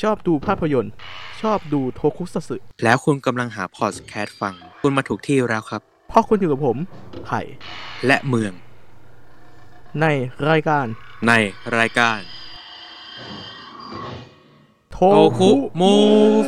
ชอบดูภาพยนตร์ชอบดูโทคุซัตสึแล้วคุณกำลังหาพอดแคสต์ฟังคุณมาถูกที่แล้วครับเพราะคุณอยู่กับผมไผ่และเมืองในรายการโทคุมูฟ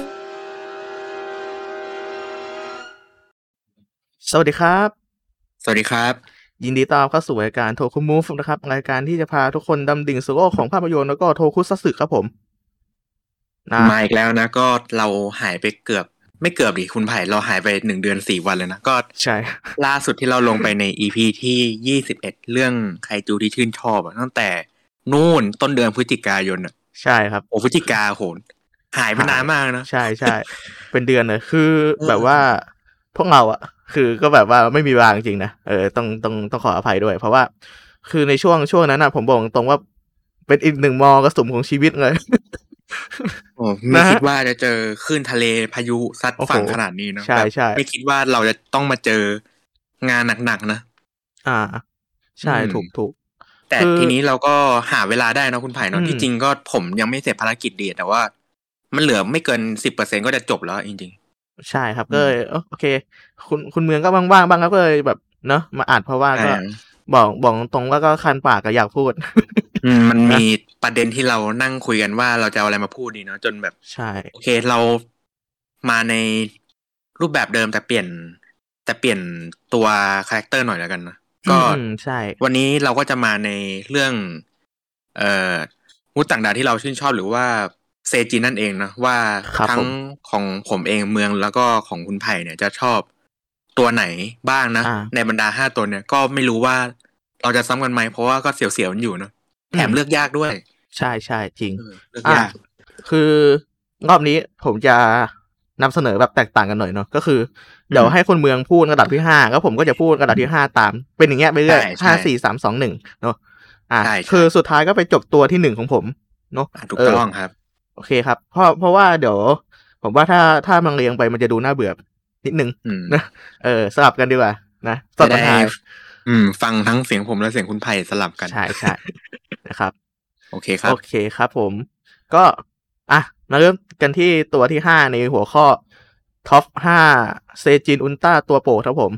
สวัสดีครับยินดีต้อนรับเข้าสู่รายการโทคุมูฟนะครับรายการที่จะพาทุกคนดำดิ่งสู่โลกของภาพยนตร์แล้วก็โทคุซัตสึครับผมมาอีกแล้วนะก็เราหายไปไม่เกือบดิคุณไผ่เราหายไป1เดือน4วันเลยนะก็ใช่ล่าสุดที่เราลงไปใน EP ที่21เรื่องไคจูที่ชื่นชอบตั้งแต่นู่นต้นเดือนพฤศจิกายนใช่ครับโอ้พฤศจิกาโหหายไปนานมากนะใช่เป็นเดือนเลยคือแบบว่าพวกเราคือก็แบบว่าไม่มีเวลาจริงๆนะต้องขออภัยด้วยเพราะว่าคือในช่วงนั้นผมบอกตรงว่าเป็นอีกหนึ่งมรสุมของชีวิตเลยโอ้ไม่คิดว่าจะเจอคลื่นทะเลพายุซัดฝั่งขนาดนี้นะใช่ไม่คิดว่าเราจะต้องมาเจองานหนักๆนะใช่ถูกแต่ทีนี้เราก็หาเวลาได้นะคุณไผ่เนาะที่จริงก็ผมยังไม่เสร็จภารกิจดีแต่ว่ามันเหลือไม่เกิน 10% ก็จะจบแล้วจริงๆใช่ครับก็เลยโอเคคุณเมืองก็ว่างๆบ้างก็เลยแบบเนาะมาอัดเพราะว่าก็บอกตรงว่าก็คันปากก็อยากพูดมันมีประเด็นที่เรานั่งคุยกันว่าเราจะเอาอะไรมาพูดดีเนาะจนแบบใช่โอเคเรามาในรูปแบบเดิมแต่เปลี่ยนตัวคาแรคเตอร์หน่อยแล้วกันนะก็ใช่วันนี้เราก็จะมาในเรื่องมนุษย์ต่างดาวที่เราชื่นชอบหรือว่าเซจินนั่นเองนะว่าทั้งของผมเองเมืองแล้วก็ของคุณไผ่เนี่ยจะชอบตัวไหนบ้างนะในบรรดา5ตัวเนี่ยก็ไม่รู้ว่าเราจะซ้ำกันไหมเพราะว่าก็เสียวๆอยู่เนาะแถมเลือกยากด้วยใช่จริงเลือกยากคือรอบนี้ผมจะนำเสนอแบบแตกต่างกันหน่อยเนาะก็คือเดี๋ยวให้คนเมืองพูดระดับที่5แล้วผมก็จะพูดระดับที่5ตามเป็นอย่างเงี้ยไปเรื่อย5 4 3 2 1เนาะคือสุดท้ายก็ไปจบตัวที่1ของผมเนาะถูกต้องครับโอเคครับเพราะว่าเดี๋ยวผมว่าถ้ามันเรียงไปมันจะดูน่าเบื่อนิดนึงนะสลับกันดีกว่านะสลับกันฟังทั้งเสียงผมและเสียงคุณไผ่สลับกันใช่นะครับโอเคครับผมก็มาเริ่มกันที่ตัวที่5ในหัวข้อท็อป5เซจินอุลตร้าตัวโปรดครับผม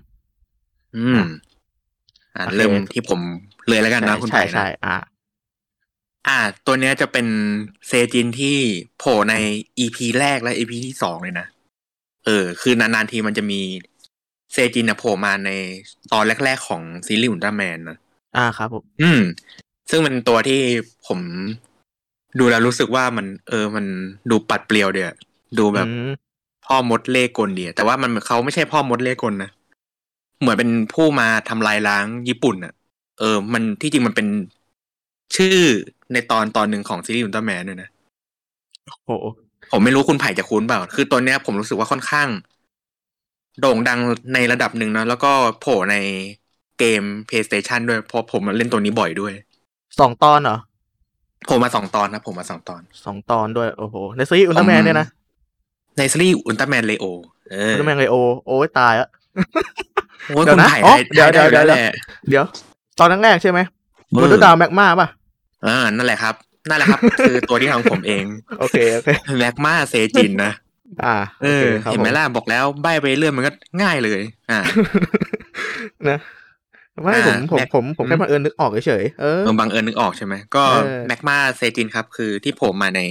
เริ่มที่ผมเลยแล้วกันนะคุณไผ่นะใช่ตัวเนี้ยจะเป็นเซจินที่โผล่ใน EP แรกและ EP ที่2เลยนะคือนานๆทีมันจะมีเซจินโผล่มาในตอนแรกๆของซีรีส์อุลตร้าแมนนะครับผมซึ่งเป็นตัวที่ผมดูแล้วรู้สึกว่ามันดูปัดเปรียวเดียดูแบบพ่อมดเล่ห์กลเดียแต่ว่าเขาไม่ใช่พ่อมดเล่ห์กลนะเหมือนเป็นผู้มาทำลายล้างญี่ปุ่นมันที่จริงมันเป็นชื่อในตอนหนึ่งของซีรีส์อุลตร้าแมนด้วยนะโอ้ผมไม่รู้คุณไผ่จะคุ้นเปล่าคือตัวเนี้ยผมรู้สึกว่าค่อนข้างโด่งดังในระดับหนึ่งนะแล้วก็โผล่ในเกม PlayStation ด้วยเพราะผมเล่นตัวนี้บ่อยด้วย 2 ตอนเหรอผมมา2 ตอนนะผมมา2 ตอน 2 ตอนด้วยโอ้โหในซีรีส์อุลตร้าแมนเนี่ยนะในซีรีส์อุลตร้าแมนเลโออุลตร้าแมนเลโอโอ้ยตายแล้วเดี๋ยวนะเดี๋ยวตอนแรกใช่ไหมมนุษย์ดาวแมกมาป่ะนั่นแหละครับคือตัวที่ของผมเองโอเคแมกมาเซจินนะเห็นไหมล่ะบอกแล้วใบไปเรื่อยมันก็ง่ายเลยนะไม่ผมแค่บังเอิญนึกออกเฉยบังเอิญนึกออกใช่ไหมก็แมกมาเซจินครับคือที่โผล่มาใน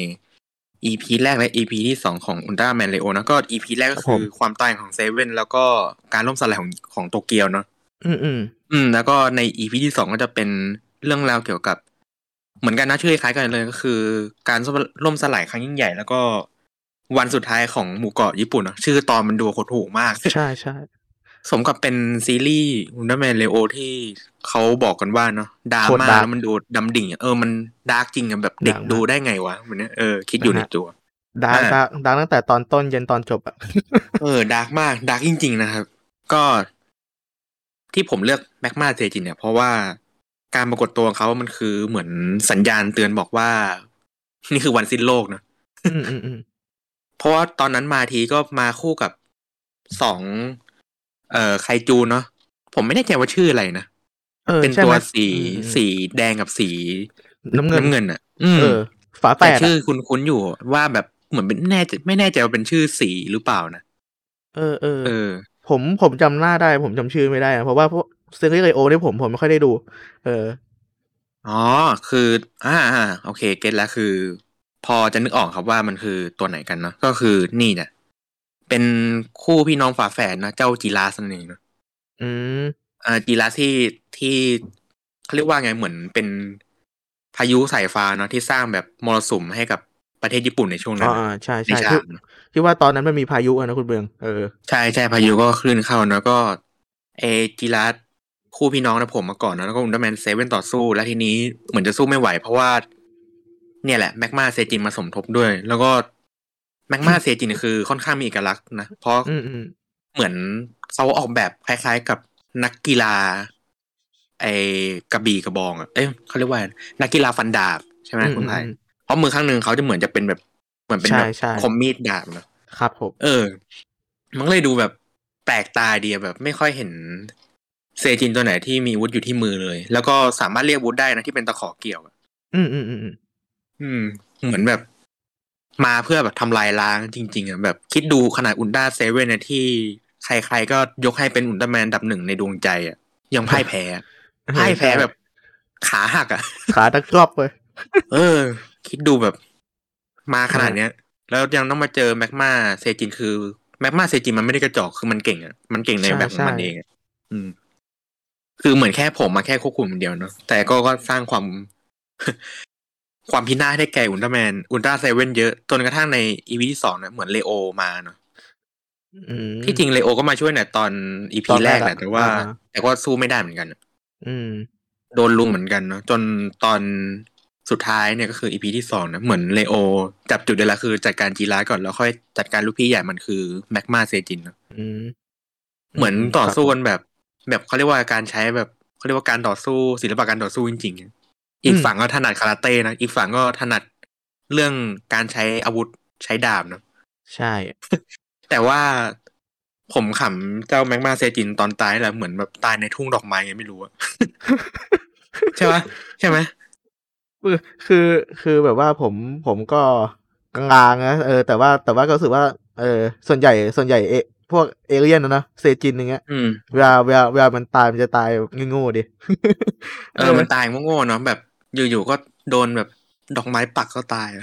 EP แรกและ EP ที่2ของอุลตร้าแมนเลโอนะก็ EP แรกก็คือความตายของเซเว่นแล้วก็การล่มสลายของโตเกียวเนาะแล้วก็ใน EP ที่2ก็จะเป็นเรื่องราวเกี่ยวกับเหมือนกันนะชื่อคล้ายกันเลยก็คือการล่มสลายครั้งยิ่งใหญ่แล้วก็วันสุดท้ายของหมู่เกาะญี่ปุ่นชื่อตอนมันดูโหดหูมากใช่สมกับเป็นซีรีส์อุลตร้าแมนเลโอที่เขาบอกกันว่าเนาะดราม่าแล้วมันดูดำดิ่งมันดาร์กจริงแบบเด็กดูได้ไงวะมันเนี้ยคิดอยู่ในตัวดาร์กตั้งแต่ตอนต้นยันตอนจบดาร์กมากดาร์กจริงๆนะครับก็ที่ผมเลือกแมกมาเซจินเนี่ยเพราะว่าการปรากฏตัวของเขามันคือเหมือนสัญญาณเตือนบอกว่านี่คือวันสิ้นโลกนะเพราะว่าตอนนั้นมาทีก็มาคู่กับ2ไคจูเนาะผมไม่แน่ใจว่าชื่ออะไรนะเป็นตัวสีแดงกับสีน้ำเงินฝาแฝดชื่อคุ้นๆอยู่ว่าแบบเหมือนไม่แน่ใจว่าเป็นชื่อสีหรือเปล่านะผมจำหน้าได้ผมจำชื่อไม่ได้นะเพราะว่าพวกซีรีส์ไลโอที่ผมไม่ค่อยได้ดูอ๋อคือโอเคเก็ตแล้วคือพอจะนึกออกครับว่ามันคือตัวไหนกันเนาะก็คือนี่เนี่ยเป็นคู่พี่น้องฝาแฝดนะเจ้าจีราสนั่นเองเนาะจีราที่เขาเรียกว่าไงเหมือนเป็นพายุสายฟ้าเนาะที่สร้างแบบมรสุมให้กับประเทศญี่ปุ่นในช่วงนั้นใช่ที่ว่าตอนนั้นมันมีพายุนะคุณเบืองใช่พายุก็คลื่นเข้าเนาะก็จีราคู่พี่น้องนะผมมาก่อนนะแล้วก็อุลตร้าแมนเซเว่นต่อสู้แล้วทีนี้เหมือนจะสู้ไม่ไหวเพราะว่าเนี่ยแหละแมกมาเซจินมาสมทบด้วยแล้วก็แมกมาเซจินคือค่อนข้างมีเอกลักษณ์นะเพราะเหมือนเขาออกแบบคล้ายๆกับนักกีฬากระบี่กระบองเขาเรียกว่านักกีฬาฟันดาบใช่ไหมคุณไผ่เพราะมือข้างหนึ่งเขาจะเหมือนจะเป็นแบบเหมือนเป็นแบบคมมีดดาบนะครับผมมันเลยดูแบบแปลกตาดีแบบไม่ค่อยเห็นเซจินตัวไหนที่มีอาวุธอยู่ที่มือเลยแล้วก็สามารถเรียกอาวุธได้นะที่เป็นตะขอเกี่ยวเหมือนแบบมาเพื่อแบบทำลายล้างจริงๆแบบคิดดูขนาดอุลตร้าเซเว่นเนี่ยที่ใครๆก็ยกให้เป็นอุลตร้าแมนอันดับ 1ในดวงใจยังพ่ายแพ้แบบขาหักขาตะกรอบเลยคิดดูแบบมาขนาดเนี้ยแล้วยังต้องมาเจอแมกมาเซจินคือแมกมาเซจินมันไม่ได้กระจอกคือมันเก่งมันเก่งในแบบของมันเองคือเหมือนแค่ผมมาแค่ควบคุมเดียวเนาะแต่ก็สร้างความพินาศให้แก่อุลตร้าแมนอุลตร้าเซเว่นเยอะจนกระทั่งในอีพีที่2นะเหมือนเลโอมาเนาะที่จริงเลโอก็มาช่วยเนี่ยตอนอีพีแรกแหละแต่ว่าสู้ไม่ได้เหมือนกันโดนลุมเหมือนกันเนาะจนตอนสุดท้ายเนี่ยก็คืออีพีที่2นะเหมือนเลโอจับจุดได้แล้วคือจัดการจีราก่อนแล้วค่อยจัดการลูกพี่ใหญ่มันคือแมกมาเซจินเนาะเหมือนต่อสู้กันแบบเขาเรียกว่าการใช้แบบเขาเรียกว่าการต่อสู้ศิลปะการต่อสู้จริงๆอีกฝั่งก็ถนัดคาราเต้นะอีกฝั่งก็ถนัดเรื่องการใช้อาวุธใช้ดาบเนาะใช่แต่ว่าผมขำเจ้าแมกมาเซจินตอนตายแหละเหมือนแบบตายในทุ่งดอกไม้ไงไม่รู้ใช่ไหมคือแบบว่าผมก็กลางๆนะแต่ว่าก็รู้สึกว่าส่วนใหญ่พวกเอเลี่ยนนะเซจินอย่างเงี้ยเวลามันตายมันจะตายโง่ๆดิมันตายโง่ๆเนาะแบบอยู่ๆก็โดนแบบดอกไม้ปักก็ตาย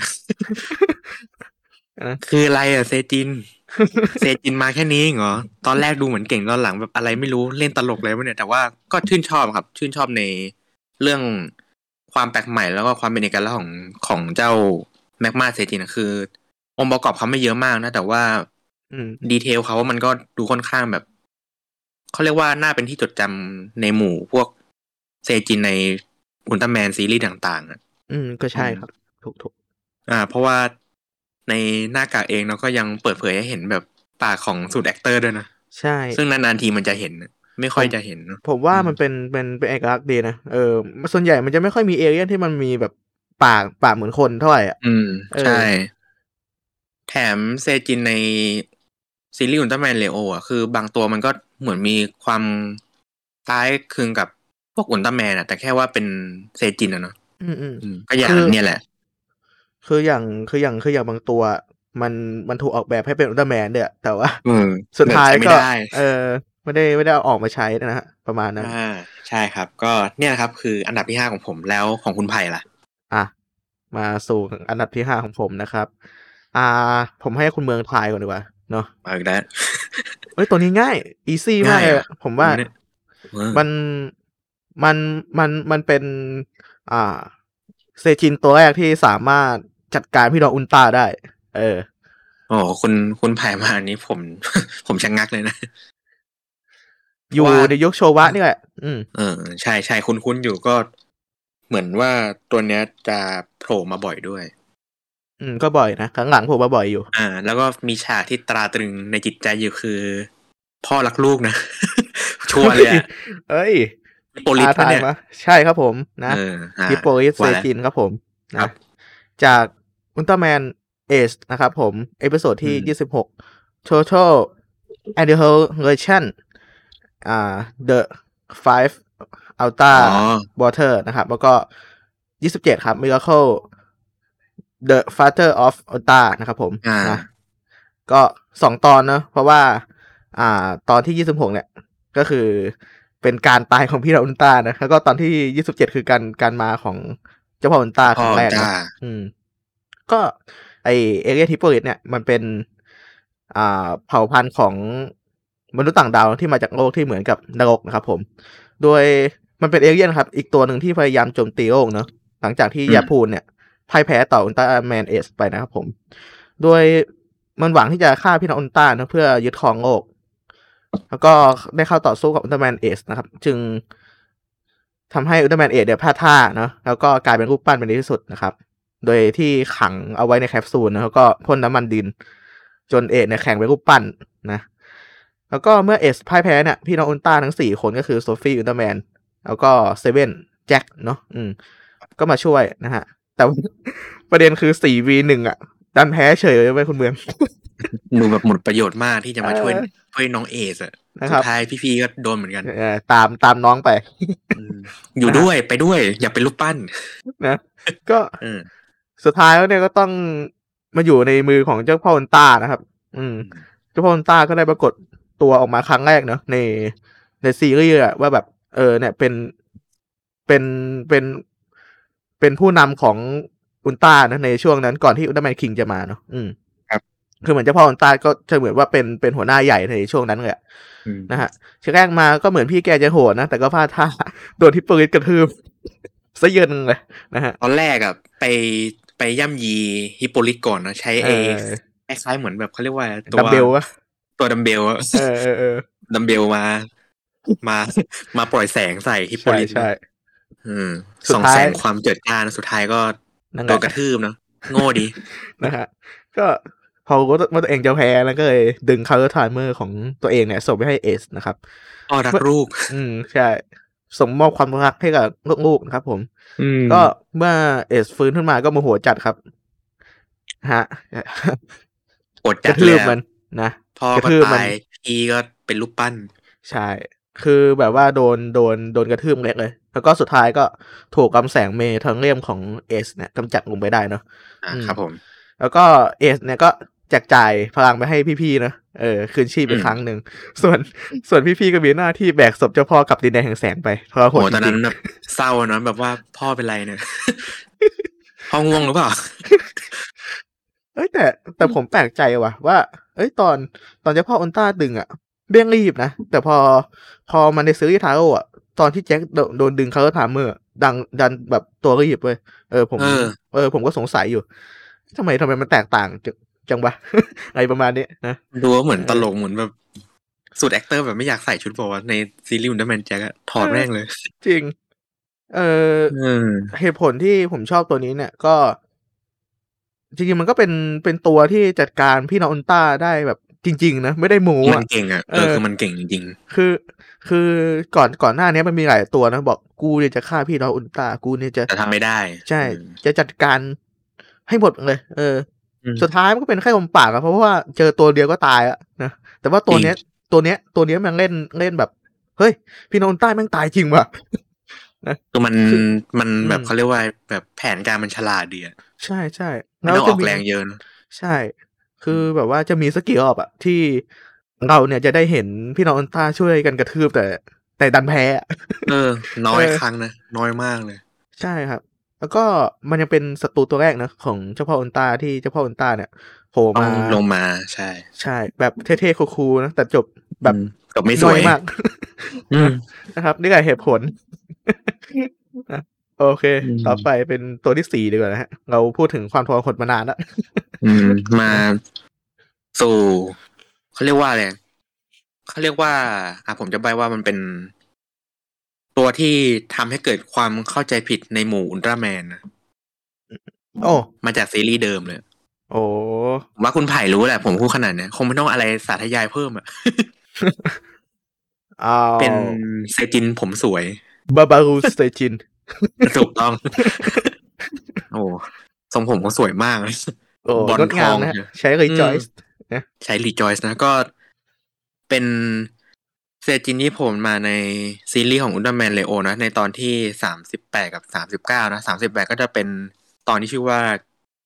คืออะไรเซจินมาแค่นี้เหรอตอนแรกดูเหมือนเก่งตอนหลังแบบอะไรไม่รู้เล่นตลกเลยวะเนี่ยแต่ว่าก็ชื่นชอบครับชื่นชอบในเรื่องความแปลกใหม่แล้วก็ความเป็นเอกลักษณ์ของเจ้าแมกมาเซจินคือองค์ประกอบเขาไม่เยอะมากนะแต่ว่าดีเทลเขามันก็ดูค่อนข้างแบบเขาเรียกว่าน่าเป็นที่จดจำในหมู่พวกเซจินในอุลตร้าแมนซีรีส์ต่างๆก็ใช่ครับถูกเพราะว่าในหน้ากากเองเราก็ยังเปิดเผยให้เห็นแบบปากของสูตรแอคเตอร์ด้วยนะใช่ซึ่งนานๆทีมันจะเห็นไม่ค่อยจะเห็นผมว่ามันเป็นเอกลักษณ์ดีนะส่วนใหญ่มันจะไม่ค่อยมีเอเลี่ยนที่มันมีแบบปากเหมือนคนเท่าไหร่ใช่แถมเซจินในซีรีส์อุลตร้าแมนเลโอคือบางตัวมันก็เหมือนมีความคล้ายคลึงกับพวกอุลตร้าแมนแต่แค่ว่าเป็นเซจินเนาะก็อย่างเนี่ยแหละคืออย่างบางตัวมันถูกออกแบบให้เป็นอุลตร้าแมนเนี่ยแต่ว่าสุดท้ายก็ไม่ได้เอาออกมาใช้นะฮะประมาณนั้นใช่ครับก็เนี่ยครับคืออันดับที่5ของผมแล้วของคุณไผ่ล่ะมาสู่อันดับที่5ของผมนะครับผมให้คุณเมืองทายก่อนดีกว่าเนาะอีกแล้วตัวนี้ง่ายอีซี่มากเลยผมว่ามันเป็นเซจินตัวแรกที่สามารถจัดการพี่น้องอุลตร้าได้คุณไผ่มาอันนี้ผมชะงักเลยนะอยู่ในยุคโชวะนี่แหละใช่คุ้นอยู่ก็เหมือนว่าตัวเนี้ยจะโผล่มาบ่อยด้วยก็บ่อยนะครั้งหลังโผล่มาบ่อยอยู่แล้วก็มีฉากที่ตราตรึงในจิตใจอยู่คือพ่อรักลูกนะชัวร์เลยโปลิสเนี่ยใช่ครับผมนะฮิปโปลิสเซจินครับผมนะจากอุลตร้าแมนเอชนะครับผมเอพิโซดที่26 Total Annihilation The 5 Ultra Water นะครับแล้วก็27ครับ Miracle The Father of Ota นะครับผมนะก็2 ตอนเนอะเพราะว่าตอนที่26เนี่ยก็คือเป็นการตายของพี่อุลตร้านะแล้วก็ตอนที่27คือการมาของเจ้าพ่ออุลตร้าครั้งแรกนะก็ไอเอเรียทิปโปลิสเนี่ยมันเป็นเผ่าพันธุ์ของมนุษย์ต่างดาวที่มาจากโลกที่เหมือนกับนรกนะครับผมโดยมันเป็นเอเลี่ยนครับอีกตัวหนึ่งที่พยายามโจมตีโลกเนาะหลังจากที่ยาพูนเนี่ยพ่ายแพ้ต่ออุลตร้าแมนเอสไปนะครับผมโดยมันหวังที่จะฆ่าพี่น้องอุลตร้านะเพื่อยึดครองโลกแล้วก็ได้เข้าต่อสู้กับอุลตร้าแมนเอสนะครับจึงทำให้อุลตร้าแมนเอสเนี่ยพลาดท่าเนาะแล้วก็กลายเป็นรูปปั้นเป็นที่สุดนะครับโดยที่ขังเอาไว้ในแคปซูลนะแล้วก็พ่นน้ำมันดินจนเอสเนี่ยแข็งเป็นรูปปั้นนะแล้วก็เมื่อเอสพ่ายแพ้เนี่ยพี่น้องอุลตร้าทั้ง4 คนก็คือโซฟี่อุลตร้าแมนแล้วก็เซเว่นแจ็คเนาะก็มาช่วยนะฮะแต่ประเด็นคือ 4v1 อ่ะดันแพ้เฉยเลยไปคุณเมืองดูแบบหมดประโยชน์มากที่จะมาช่วยน้องเอสอ่ะสุดท้ายพี่ๆก็โดนเหมือนกันตามน้องไปอยู่ด้วยไปด้วยอย่าเป็นรูปปั้นนะก็สุดท้ายแล้วเนี่ยก็ต้องมาอยู่ในมือของเจ้าพ่ออุลตร้านะครับเจ้าพ่ออุลตร้าก็ได้ปรากฏตัวออกมาครั้งแรกเนาะในซีรีส์ว่าแบบเนี่ยเป็นผู้นำของอุลตร้านะในช่วงนั้นก่อนที่อุลตร้าแมนคิงจะมาเนาะครับคือเหมือนเจ้าพ่ออุลตร้าก็จะเหมือนว่าเป็นหัวหน้าใหญ่ในช่วงนั้นเลยนะฮะทีแรกมาก็เหมือนพี่แกจะโหดนะแต่ก็พลาดท่าโดนทิปโปลิสกระทืบซะเยินเลยนะฮะตอนแรกอ่ะไปย่ำยีฮิปโปลิสก่อนนะใช้คล้ายๆเหมือนแบบเขาเรียกว่าตัวดัมเบลวะตัวดัมเบลอะดัมเบลมาปล่อยแสงใส่ฮิปโปลิสใช่ส่องแสงความเจิดจ้าสุดท้ายก็โดนกระทืบนะโง่ดีนะฮะก็พอรู้ว่าตัวเองจะแพ้แล้วก็เลยดึงคาร์เตอร์ไทเมอร์ของตัวเองเนี่ยส่งไปให้เอสนะครับรักลูกใช่ส่งมอบความรักให้กับลูกๆนะครับผมก็เมื่อเอสฟื้นขึ้นมาก็โมโหจัดครับฮะกดจัดเลยมันนะพอก็ตายพี่ก็เป็นรูปปั้นใช่คือแบบว่าโดนกระทืบเล็กเลยแล้วก็สุดท้ายก็ถูกกำแสงเมทางเลี่ยมของเอสเนี่ยกำจัดลงไปได้เนาะครับผมแล้วก็เอสเนี่ยก็แจกจ่ายพลังไปให้พี่ๆนะคืนชีพไปครั้งหนึ่งส่วนพี่ๆก็มีหน้าที่แบกศพเจ้าพ่อกับดินแดนแห่งแสงไปเพราะโหตอนนั้นแบบเศร้านะแบบว่าพ่อเป็นไรเนี่ยพ่อง่วงหรือเปล่าแต่ผมแปลกใจว่ะว่าตอนเจ้าพ่ออุลตร้าดึงอ่ะเบี้ยงรีบนะแต่พอมันได้ซื้อทาโร่อ่ะตอนที่แจ็คโดนดึงคาร์เตอร์ไทเมอร์ดันแบบตัวรีบเว้ยผมก็สงสัยอยู่ทำไมมันแตกต่างจังวะอะไรประมาณนี้นะดูเหมือนตลกเหมือนแบบสูตรแอคเตอร์แบบไม่อยากใส่ชุดบอกว่าในซีรีส์อุลตร้าแมนแจ็คอะถอดแม่งเลยจริงเหตุผลที่ผมชอบตัวนี้เนี่ยก็จริงๆมันก็เป็นตัวที่จัดการพี่น้องอุลตร้าได้แบบจริงๆนะไม่ได้โม้มันเก่งอ่ะคือมันเก่งจริงๆคือก่อนหน้านี้มันมีหลายตัวนะบอกกูเนี่ยจะฆ่าพี่น้องอุลตร้ากูเนี่ยจะทำไม่ได้ใช่จะจัดการให้หมดเลยสุดท้ายมันก็เป็นแค่ลมปากอะเพราะว่าเจอตัวเดียวก็ตายอะนะแต่ว่าตัวเนี้ยมันเล่นแบบเฮ้ยพี่น้องอุลตร้าแม่งตายจริงว่ะนะคือมันแบบเขาเรียกว่าแบบแผนการมันฉลาดดีอะใช่ใช่แล้วออกแรงเยอะใช่คือแบบว่าจะมีสักกี่รอบอะที่เราเนี่ยจะได้เห็นพี่น้องอุลตร้าช่วยกันกระทืบแต่ดันแพ้น้อยครั้งนะน้อยมากเลยใช่ครับแล้วก็มันยังเป็นศัตรูตัวแรกนะของเจ้าพ่ออุลตร้าที่เจ้าพ่ออุลตร้าเนี่ยโผล่มาลงมาใช่แบบเท่ๆคูลๆนะแต่จบแบบไม่สวยมากนะครับนี่ก็เหตุผลโอเคต่อไปเป็นตัวที่4ดีกว่านะฮะเราพูดถึงความทรหดมานานแล้วมาสู่เขาเรียกว่าอะไรเขาเรียกว่าผมจะใบ้ว่ามันเป็นตัวที่ทำให้เกิดความเข้าใจผิดในหมู่อุลตร้าแมนนะมาจากซีรีส์เดิมเลยว่าคุณไผ่รู้แหละผมพูดขนาดนี้คงไม่ต้องอะไรสาธยายเพิ่มอ่ะเป็นเซจินผมสวยบารูเซจินถูกต้องทรงผมเขาสวยมากเลยบอลทองนะใช้รีจอยส์นะใช้รีจอยส์นะก็เป็นเซจินที่ผมมาในซีรีส์ของอุลตร้าแมนเลโอนะในตอนที่38กับ39นะ38ก็จะเป็นตอนที่ชื่อว่า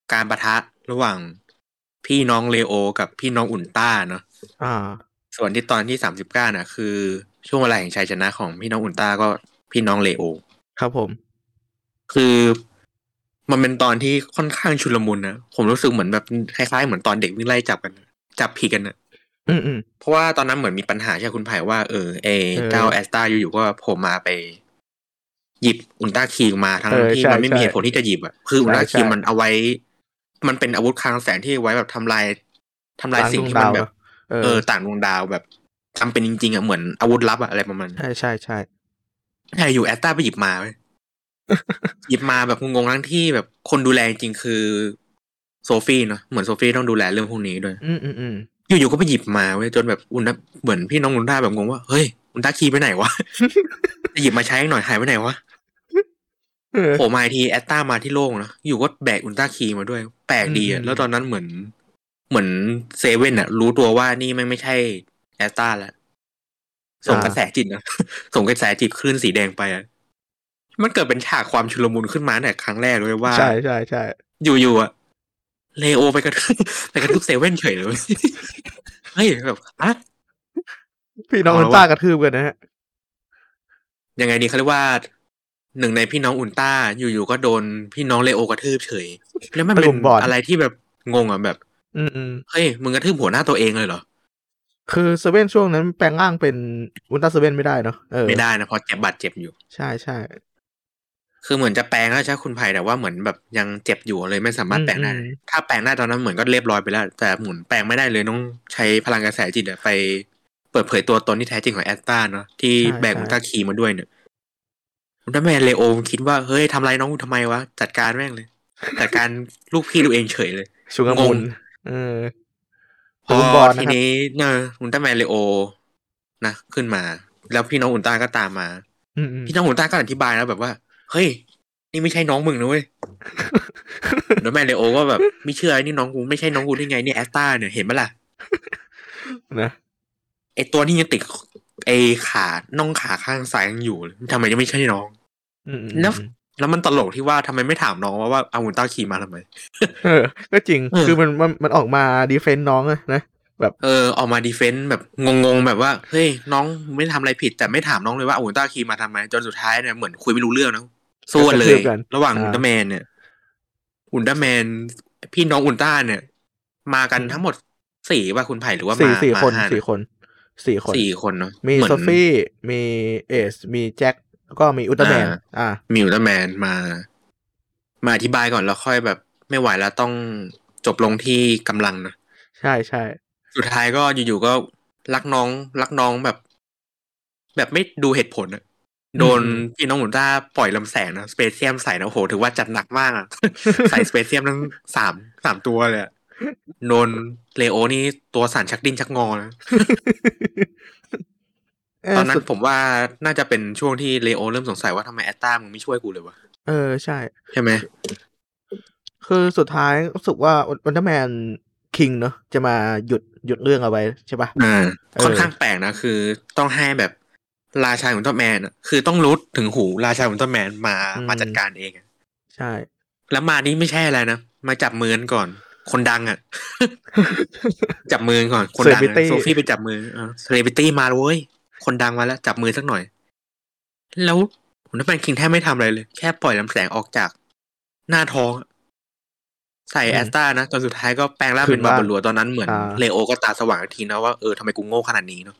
การปะทะระหว่างพี่น้องเลโอกับพี่น้องอุลตร้าเนาะส่วนที่ตอนที่39น่ะคือช่วงเวลาแห่งชัยชนะของพี่น้องอุลตร้าก็พี่น้องเลโอครับผมคือมันเป็นตอนที่ค่อนข้างชุลมุนนะผมรู้สึกเหมือนแบบคล้ายๆเหมือนตอนเด็กวิ่งไล่จับกันจับผิดกันนะเพราะว่าตอนนั้นเหมือนมีปัญหาใช่คุณไผ่ว่าเจ้าแอสตาอยู่ๆก็โผล่มาไปหยิบอุลตร้าคีมาทั้งที่มันไม่มีเหตุผลที่จะหยิบอ่ะคืออุลตร้าคีมันเอาไว้มันเป็นอาวุธคลังแสงที่ไว้แบบทำลายสิ่งที่มันแบบต่างดวงดาวแบบทำเป็นจริงๆอ่ะเหมือนอาวุธลับอะไรประมาณใช่ใช่ใช่ใช่อยู่แอสตาไปหยิบมาหยิบมาแบบงงๆทั้งที่แบบคนดูแลจริงคือโซฟี่เนาะเหมือนโซฟี่ต้องดูแลเรื่องพวกนี้ด้วยอยู่ๆก็ไปหยิบมาเว้ยจนแบบอุลตร้าเหมือนพี่น้องอุลตร้าแบบงงว่าเฮ้ยอุลตร้าคีไปไหนวะจะหยิบมาใช้หน่อยหายไปไหนวะโผล่มาทีแอสตามาที่โล่งนะอยู่ก็แบกอุลตร้าคีมาด้วยแปลกดีอ่ะแล้วตอนนั้นเหมือนเซเว่นอ่ะรู้ตัวว่านี่ไม่ใช่แอสตาแล้วส่งกระแสจิตนะส่งกระแสจิตคลื่นสีแดงไปอ่ะมันเกิดเป็นฉากความชุลมุนขึ้นมาแต่ครั้งแรกเลยว่าใช่ใช่ใช่อยู่ๆอ่ะเลโอไปกระทืบเซเว่นเฉยเลยเฮ้ยแบบอะพี่น้องอุลตร้ากระทืบกันนะฮะยังไงดีเขาเรียกว่าหนึ่งในพี่น้องอุลตร้าอยู่ๆก็โดนพี่น้องเลโอกระทืบเฉยแล้วมันเป็นอะไรที่แบบงงอ่ะแบบเฮ้ยมึงกระทืบหัวหน้าตัวเองเลยเหรอคือเซเว่นช่วงนั้นแปลงร่างเป็นอุลตร้าเซเว่นไม่ได้เนาะไม่ได้นะเพราะบาดเจ็บอยู่ใช่ใช่คือเหมือนจะแปลงแล้วใช่คุณไผ่แต่ว่าเหมือนแบบยังเจ็บอยู่เลยไม่สามารถแปลงได้ถ้าแปลงได้ตอนนั้นเหมือนก็เรียบร้อยไปแล้วแต่หมุนแปลงไม่ได้เลยต้องใช้พลังกระแสจิตไปเปิดเผยตัวตนที่แท้จริงของแอสตาเนาะที่แบกอุลตร้าคีมาด้วยเนี่ยอุลตร้าแมนเลโอคิดว่าเฮ้ยทำไรน้องทำไมวะจัดการแม่งเลยจัดการลูกพี่ตัวเองเฉยเลยงงพอทีนี้เนี่ยอุลตร้าแมนเลโอนะขึ้นมาแล้วพี่น้องอุลตร้าก็ตามมาพี่น้องอุลตร้าก็อธิบายแล้วแบบว่าเฮ้ยนี่ไม่ใช่น้องมึงนะเว้ยแล้วแม่เลโอก็แบบไม่เชื่อนี่น้องกูไม่ใช่น้องกูได้ไงนี่แอสตาเนี่ยเห็นไหมล่ะนะไอตัวนี้ยังติดไอขาน่องขาข้างซ้ายยังอยู่ทำไมยังไม่ใช่น้องแล้วมันตลกที่ว่าทำไมไม่ถามน้องว่าเอาอุลตร้าขี่มาทำไมก็จริงคือมันออกมาดีเฟนต์น้องนะแบบออกมาดีเฟนต์แบบงงๆแบบว่าเฮ้ยน้องไม่ทำอะไรผิดแต่ไม่ถามน้องเลยว่าเอาอุลตร้าขี่มาทำไมจนสุดท้ายเนี่ยเหมือนคุยไม่รู้เรื่องนะสู้กันเลยระหว่างอุลตร้าแมนเนี่ยอุลตร้าแมนพี่น้องอุลตร้าเนี่ยมากันทั้งหมด4ป่ะคุณไผ่หรือว่ามา 4 คนเนาะมีโซฟี่มีเอสมีแจ็คแล้วก็มีอุลตร้าแมนมีอุลตร้าแมนมาอธิบายก่อนแล้วค่อยแบบไม่ไหวแล้วต้องจบลงที่กำลังนะใช่ใช่สุดท้ายก็อยู่ๆก็รักน้องแบบไม่ดูเหตุผลอะโดนพี่น้องอุลตร้าปล่อยลำแสงนะสเปเซียมใส่นะโอ้โหถือว่าจัดหนักมากอะใส่สเปเซียมทั้ง3ตัวเลยโดนเลโอนี่ตัวสั่นชักดิ้นชักงอนะตอนนั้นผมว่าน่าจะเป็นช่วงที่เลโอเริ่มสงสัยว่าทำไมแอตตามึงไม่ช่วยกูเลยวะใช่ไหมคือสุดท้ายรู้สึกว่าอุลตร้าแมนคิงเนาะจะมาหยุดเรื่องเอาไว้ใช่ปะค่อนข้างแปลกนะคือต้องให้แบบราชาอุลตร้าแมนคือต้องรู้ถึงหูราชาอุลตร้าแมนมาจัดการเองใช่แล้วมานี่ไม่ใช่อะไรนะมาจับมือก่อนคนดังจับมือก่อนคนดังโซฟี่ไปจับมือเซเลบริตี้มาเลยคนดังมาแล้วจับมือสักหน่อยแล้วอุลตร้าแมนคิงแทบไม่ทำอะไรเลยแค่ปล่อยลำแสงออกจากหน้าท้องใส่แอสตานะจนสุดท้ายก็แปลงร่างเป็นบาบาลัวตอนนั้นเหมือนเลโอก็ตาสว่างทีนะว่าทำไมกูโง่ขนาดนี้เนาะ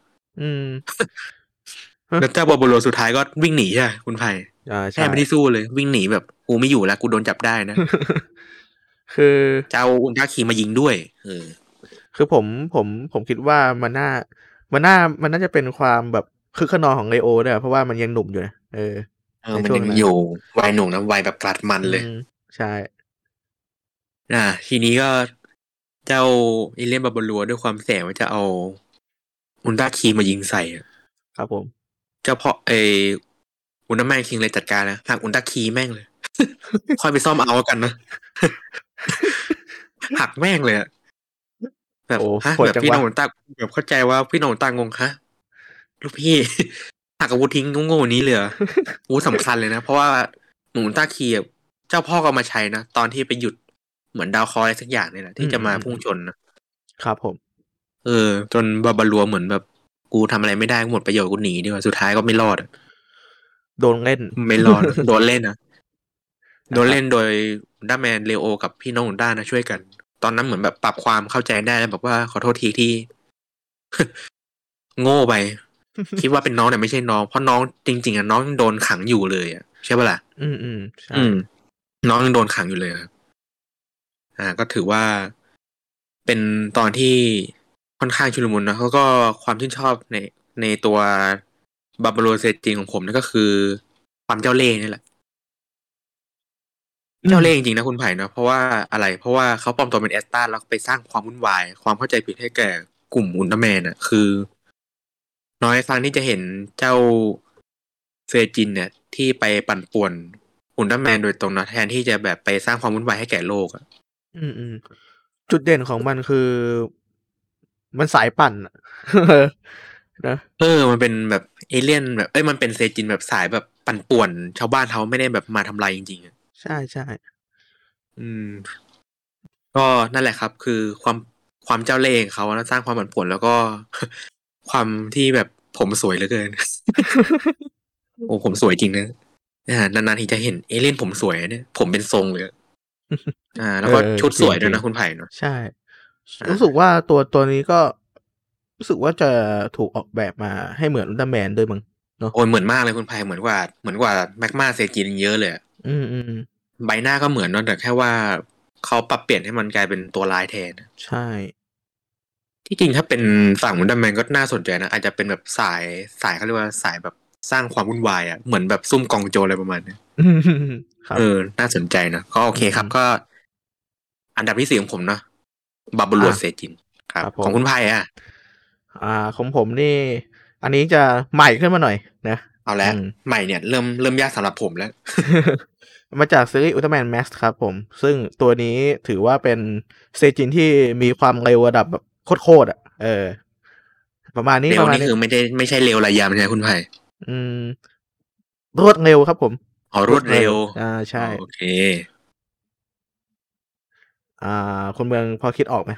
แล้วเจ้าบาบาลัวสุดท้ายก็วิ่งหนีใช่คุณไผ่แค่ไม่ได้สู้เลยวิ่งหนีแบบกูไม่อยู่แล้วกูโดนจับได้นะคือเจ้าอุลตร้าคีมายิงด้วยคือผมคิดว่ามันน่าจะเป็นความแบบคึกขนองของเลโอด้วยเพราะว่ามันยังหนุ่มอยู่นะมันยังอยู่วัยหนุ่มนะวัยแบบกลัดมันเลยใช่ทีนี้ก็เจ้าเอเลี่ยนบาบาลัวด้วยความแสบว่าจะเอาอุลตร้าคีมายิงใส่ครับผมเจ้าพ่ออุลตร้าแมนคิงเลยจัดการนะหักอุลตร้าคีแม่งเลยค่อยไปซ่อมเอากันนะหักแม่งเลยแบบแบบพี่น้องอุลตร้าแบบเข้าใจว่าพี่น้องอุลตร้างงฮะลูกพี่หักอาวุธทิ้งโง่ๆนี้เลยอาวุธสำคัญเลยนะเพราะว่าอุลตร้าคีเจ้าพ่อก็มาใช้นะตอนที่ไปหยุดเหมือนดาวเคราะห์อะไรสักอย่างนี่แหละที่จะมาพุ่งชนนะครับผมจนบาบารัวเหมือนแบบกูทำอะไรไม่ได้หมดประโยชน์กูหนีดีกว่าสุดท้ายก็ไม่รอดโดนเล่นไม่รอด โดนเล่นนะโดนเล่นโดยด้าแมนเลโอกับพี่น้องด้านะช่วยกันตอนนั้นเหมือนแบบปรับความเข้าใจได้แล้วบอกว่าขอโทษทีที่ โง่ไป คิดว่าเป็นน้องแต่ไม่ใช่น้องเพราะน้องจริงๆน้องยังโดนขังอยู่เลยใช่ปะล่ะใช่น้องยังโดนขังอยู่เลยครับก็ถือว่าเป็นตอนที่ค่อนข้างชุลมุนนะแล้วก็ความชื่นชอบในตัวบาบาโรเซจิงของผมนั่นก็คือความเจ้าเล่ห์นี่แหละเจ้าเล่ห์จริงๆนะคุณไผ่เนาะเพราะว่าอะไรเพราะว่าเขาปลอมตัวเป็นแอสตาแล้วไปสร้างความวุ่นวายความเข้าใจผิดให้แก่กลุ่มอุลตร้าแมนคือน้อยครั้งที่จะเห็นเจ้าเซจินเนี่ยที่ไปปั่นป่วนอุลตร้าแมนโดยตรงนะแทนที่จะแบบไปสร้างความวุ่นวายให้แก่โลกจุดเด่นของมันคือมันสายปั่นนะมันเป็นแบบเอเลี่ยนแบบมันเป็นเซจินแบบสายแบบปั่นป่วนชาวบ้านเขาไม่ได้แบบมาทำลายจริงๆใช่ใช่ก็นั่นแหละครับคือความเจ้าเล่ห์ของเขาสร้างความปั่นป่วนแล้วก็ ความที่แบบผมสวยเหลือเกิน โอ้ผมสวยจริงนะนานๆทีจะเห็นเอเลี่ยนผมสวยเนี่ยผมเป็นทรงเลยแล้วก็ชุดสวยด้วยนะคุณไผ่เนาะใช่รู้สึกว่าตัวนี้ก็รู้สึกว่าจะถูกออกแบบมาให้เหมือนอุลตร้าแมนด้วยมั้งเนาะโอ้ยเหมือนมากเลยคุณไผ่เหมือนกว่าแมกมาเซจินเยอะเลยใบหน้าก็เหมือนนั่นแต่แค่ว่าเขาปรับเปลี่ยนให้มันกลายเป็นตัวลายแทนใช่ที่จริงถ้าเป็นฝั่งอุลตร้าแมนก็น่าสนใจนะอาจจะเป็นแบบสายเขาเรียกว่าสายแบบสร้างความวุ่นวายเหมือนแบบซุ่มกองโจรอะไรประมาณนี้น่าสนใจนะก็โอเคครับก็อันดับที่4ของผมเนาะบาบารัวเซจินครับของคุณไพ่ของผมนี่อันนี้จะใหม่ขึ้นมาหน่อยนะเอาแล้วใหม่เนี่ยเริ่มยากสำหรับผมแล้วมาจากซีรีส์อุลตร้าแมนแม็กซ์ครับผมซึ่งตัวนี้ถือว่าเป็นเซจินที่มีความเร็วระดับแบบโคตรประมาณนี้เร็วนี่คือไม่ใช่เร็วระยำใช่ไหมคุณไผ่รวดเร็วครับผมรวดเร็วใช่โอเคคนเมืองพอคิดออกไหม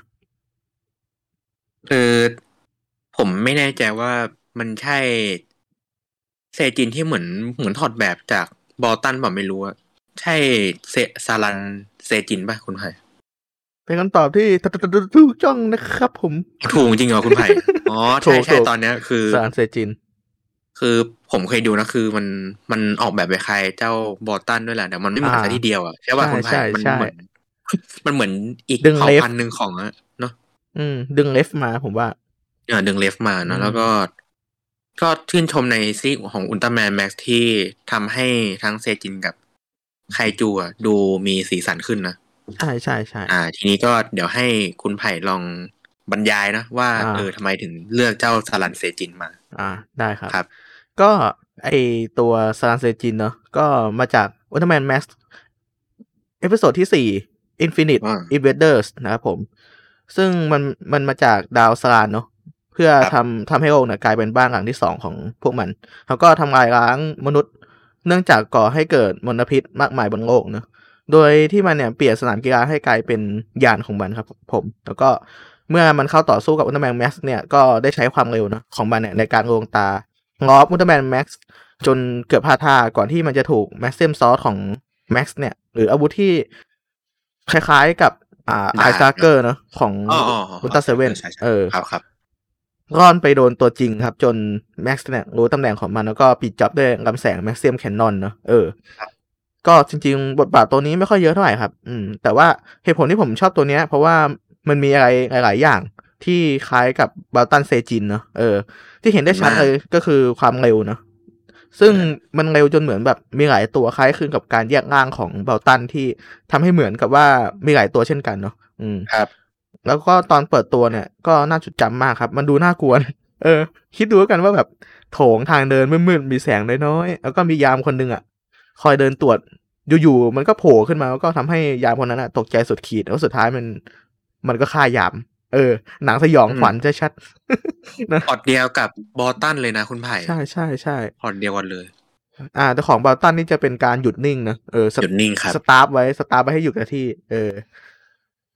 ผมไม่แน่ใจว่ามันใช่เซจินที่เหมือนถอดแบบจากบอลตันแบบไม่รู้อะใช่ซาลันเซจินป่ะคุณไผ่เป็นคำตอบที่ถูกจ้องนะครับผมถูกจริงเหรอคุณไผ่ใช่ตอนนี้คือซาลันเซจินคือผมเคยดูนะคือมันออกแบบไปคล้ายเจ้าบอลตันด้วยแหละแต่มันไม่เหมือนซะทีเดียวใช่ป่ะคุณไผ่มันเหมือนอีกเผ่าพันธุ์นึงของเนาะดึงเลฟมาผมว่าดึงเลฟมาเนาะแล้วก็ชื่นชมในซีของอุลตร้าแมนแม็กซ์ที่ทำให้ทั้งเซจินกับไคจูดูมีสีสันขึ้นนะใช่ทีนี้ก็เดี๋ยวให้คุณไผ่ลองบรรยายนะว่าทำไมถึงเลือกเจ้าซาลันเซจินมาได้ครับก็ไอตัวซาลันเซจินเนาะก็มาจากอุลตร้าแมนแม็กซ์เอพิโซดที่4 Infinite Invaders นะครับผมซึ่งมันมาจากดาวซาลานเนาะเพื่อทำให้โลกเนี่ยกลายเป็นบ้านหลังที่2ของพวกมันเขาก็ทำลายล้างมนุษย์เนื่องจากก่อให้เกิดมลพิษมากมายบนโลกเนาะโดยที่มันเนี่ยเปลี่ยนสนามกีฬาให้กลายเป็นยานของมันครับผมแล้วก็เมื่อมันเข้าต่อสู้กับอุลตร้าแมนแม็กซ์เนี่ยก็ได้ใช้ความเร็วนะของมันเนี่ยในการลวงตาล้ออุลตร้าแมนแม็กซ์จนเกือบพลาดท่าก่อนที่มันจะถูกแม็กซิมซอสของแม็กซ์เนี่ยหรืออาวุธที่คล้ายๆกับไอซาเกอร์เนาะของอุลตร้าเซเว่นครับร่อนไปโดนตัวจริงครับจนแม็กซ์เนี่ยรู้ตำแหน่งของมันแล้วก็ปิดจ็อบด้วยลำแสงแม็กซิมแคนนอนเนาะก็จริงๆบทบาทตัวนี้ไม่ค่อยเยอะเท่าไหร่ครับแต่ว่าเหตุผลที่ผมชอบตัวนี้เพราะว่ามันมีอะไรหลายๆอย่างที่คล้ายกับบาลตันเซจินเนาะที่เห็นได้ชัดเลยก็คือความเร็วเนาะซึ่งมันเร็วจนเหมือนแบบมีหลายตัวคล้ายคลึงกับการแยกร่างของบาลตันที่ทำให้เหมือนกับว่ามีหลายตัวเช่นกันเนาะครับแล้วก็ตอนเปิดตัวเนี่ยก็น่าจดจำมากครับมันดูน่ากลัวคิดดูกันว่าแบบโถงทางเดินมืดๆมีแสงน้อยๆแล้วก็มียามคนนึงคอยเดินตรวจอยู่ๆมันก็โผล่ขึ้นมาแล้วก็ทำให้ยามคนนั้นตกใจสุดขีดแล้วสุดท้ายมันก็ฆ่ายามหนังสยองขวัญจะชัดนะพอดเดียวกับบอลตันเลยนะคุณไผ่ใช่พอดเดียวกันเลยแต่ของบอลตันนี่จะเป็นการหยุดนิ่งนะหยุดนิ่งครับสตาร์ฟไว้ให้อยู่กับที่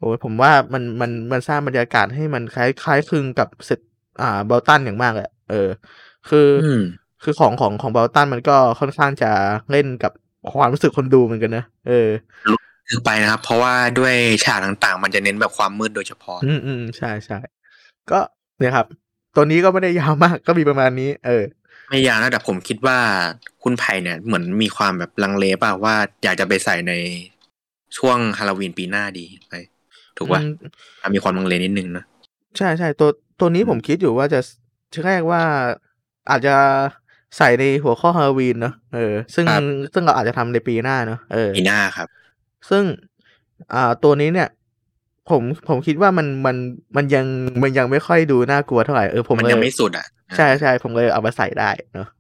โอ้ยผมว่ามันสร้างบรรยากาศให้มันคล้ายคลึงกับเซตเบลตันอย่างมากเลยคือคือของเบลตันมันก็ค่อนข้างจะเล่นกับความรู้สึกคนดูเหมือนกันนะคือไปนะครับเพราะว่าด้วยฉากต่างๆมันจะเน้นแบบความมืดโดยเฉพาะใช่ก็เนี่ยครับตัวนี้ก็ไม่ได้ยาวมากก็มีประมาณนี้ไม่ยาวนะแต่ผมคิดว่าคุณไผ่เนี่ยเหมือนมีความแบบลังเลป่ะว่าอยากจะไปใส่ในช่วงฮาโลวีนปีหน้าดีไหมถูกป่ะมีความลังเลนิดนึงนะใช่ตัวนี้ผมคิดอยู่ว่าจะแรกว่าอาจจะใส่ในหัวข้อฮาโลวีนเนาะซึ่งเราอาจจะทำในปีหน้าเนาะปีหน้าครับซึ่งตัวนี้เนี่ยผมคิดว่ามันยังไม่ค่อยดูน่ากลัวเท่าไหร่ผมมันยังไม่สุดอ่ะใช่ผมเลยเอามาใส่ได้เนาะ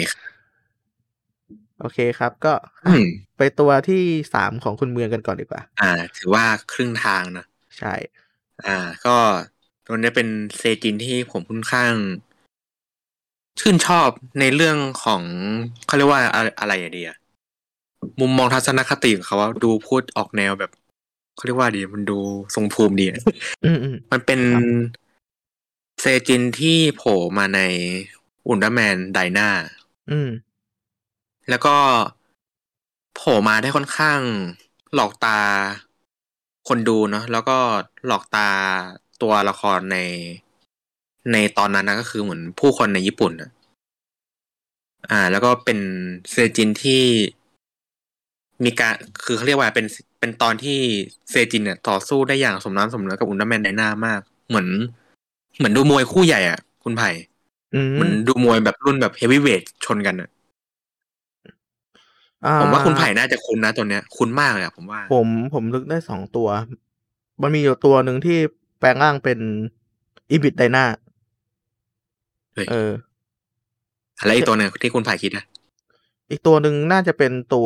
โอเคครับก็ไปตัวที่3ของคุณเมืองกันก่อนดีกว่าถือว่าครึ่งทางนะใช่ก็ตัวนี้เป็นเซจินที่ผมค่อนข้างชื่นชอบในเรื่องของเขาเรียกว่าอะไรอย่างเดียมุมมองทัศนคติของเขาว่าดูพูดออกแนวแบบเขาเรียกว่าดีมันดูทรงภูมิดีมันเป็นเซจินที่โผล่มาในอุลตร้าแมนไดนาแล้วก็โผล่มาได้ค่อนข้างหลอกตาคนดูเนาะแล้วก็หลอกตาตัวละครในตอนนั้นนะก็คือเหมือนผู้คนในญี่ปุ่นนะแล้วก็เป็นเซจินที่มีการคือเขาเรียกว่าเป็นตอนที่เซจินเนี่ยต่อสู้ได้อย่างสมน้ำสมเนื้อกับอุลตร้าแมนไดนามาก เหมือนดูมวยคู่ใหญ่อ่ะคุณไผ่เหมือนดูมวยแบบรุ่นแบบเฮฟวีเวทชนกันอ่ะผมว่าคุณไผ่น่าจะคุ้นนะตัวเนี้ยคุ้นมากเลยผมว่าผมนึกได้2ตัวมันมีอยู่ตัวหนึ่งที่แปลงร่างเป็นอีบิดไดนาอะไรอีกตัวหนึ่งที่คุณไผ่คิดนะอีกตัวหนึ่งน่าจะเป็นตัว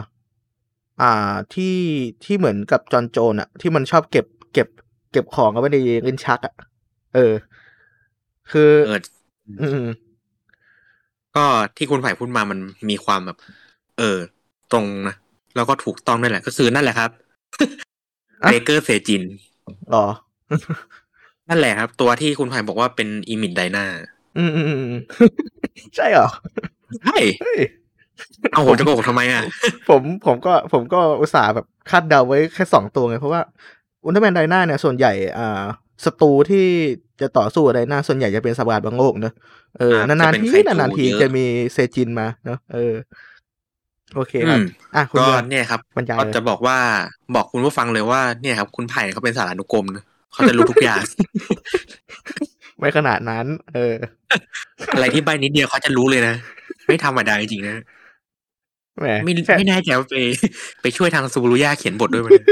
ที่เหมือนกับจอห์นโจนอะที่มันชอบเก็บของเอาไว้ในลิ้นชักอะคือก็ที่คุณไผ่พูดมามันมีความแบบตรงนะแล้วก็ถูกต้องด้วยแหละก็คือนั่นแหละครับเบเกอร์เซจินอ๋อนั่นแหละครับตัวที่คุณไผ่บอกว่าเป็นอีมิดไดนาใช่เหรอใช่เอาผมจะโกหกทำไมอ่ะผมก็อุตส่าห์แบบคาดเดาไว้แค่2ตัวไงเพราะว่าอุลตร้าแมนไดนาเนี่ยส่วนใหญ่ศัตรูที่จะต่อสู้กับไดนาส่วนใหญ่จะเป็นสัตว์บางโลกเนอะนานๆทีจะมีเซจินมาเนอะโอเคครับก็เนี่ยครับก็จะบอกคุณผู้ฟังเลยว่าเนี่ยครับคุณไผ่เขาเป็นสารานุกรมนะเขาจะรู้ทุกอย่างไม่ขนาดนั้นอะไรที่ใบนิดเดียวเขาจะรู้เลยนะไม่ธรรมดาจริงๆนะไม่แน่ใจว่าไปช่วยทางซูบารุย่าเขียนบทด้วยมั้ย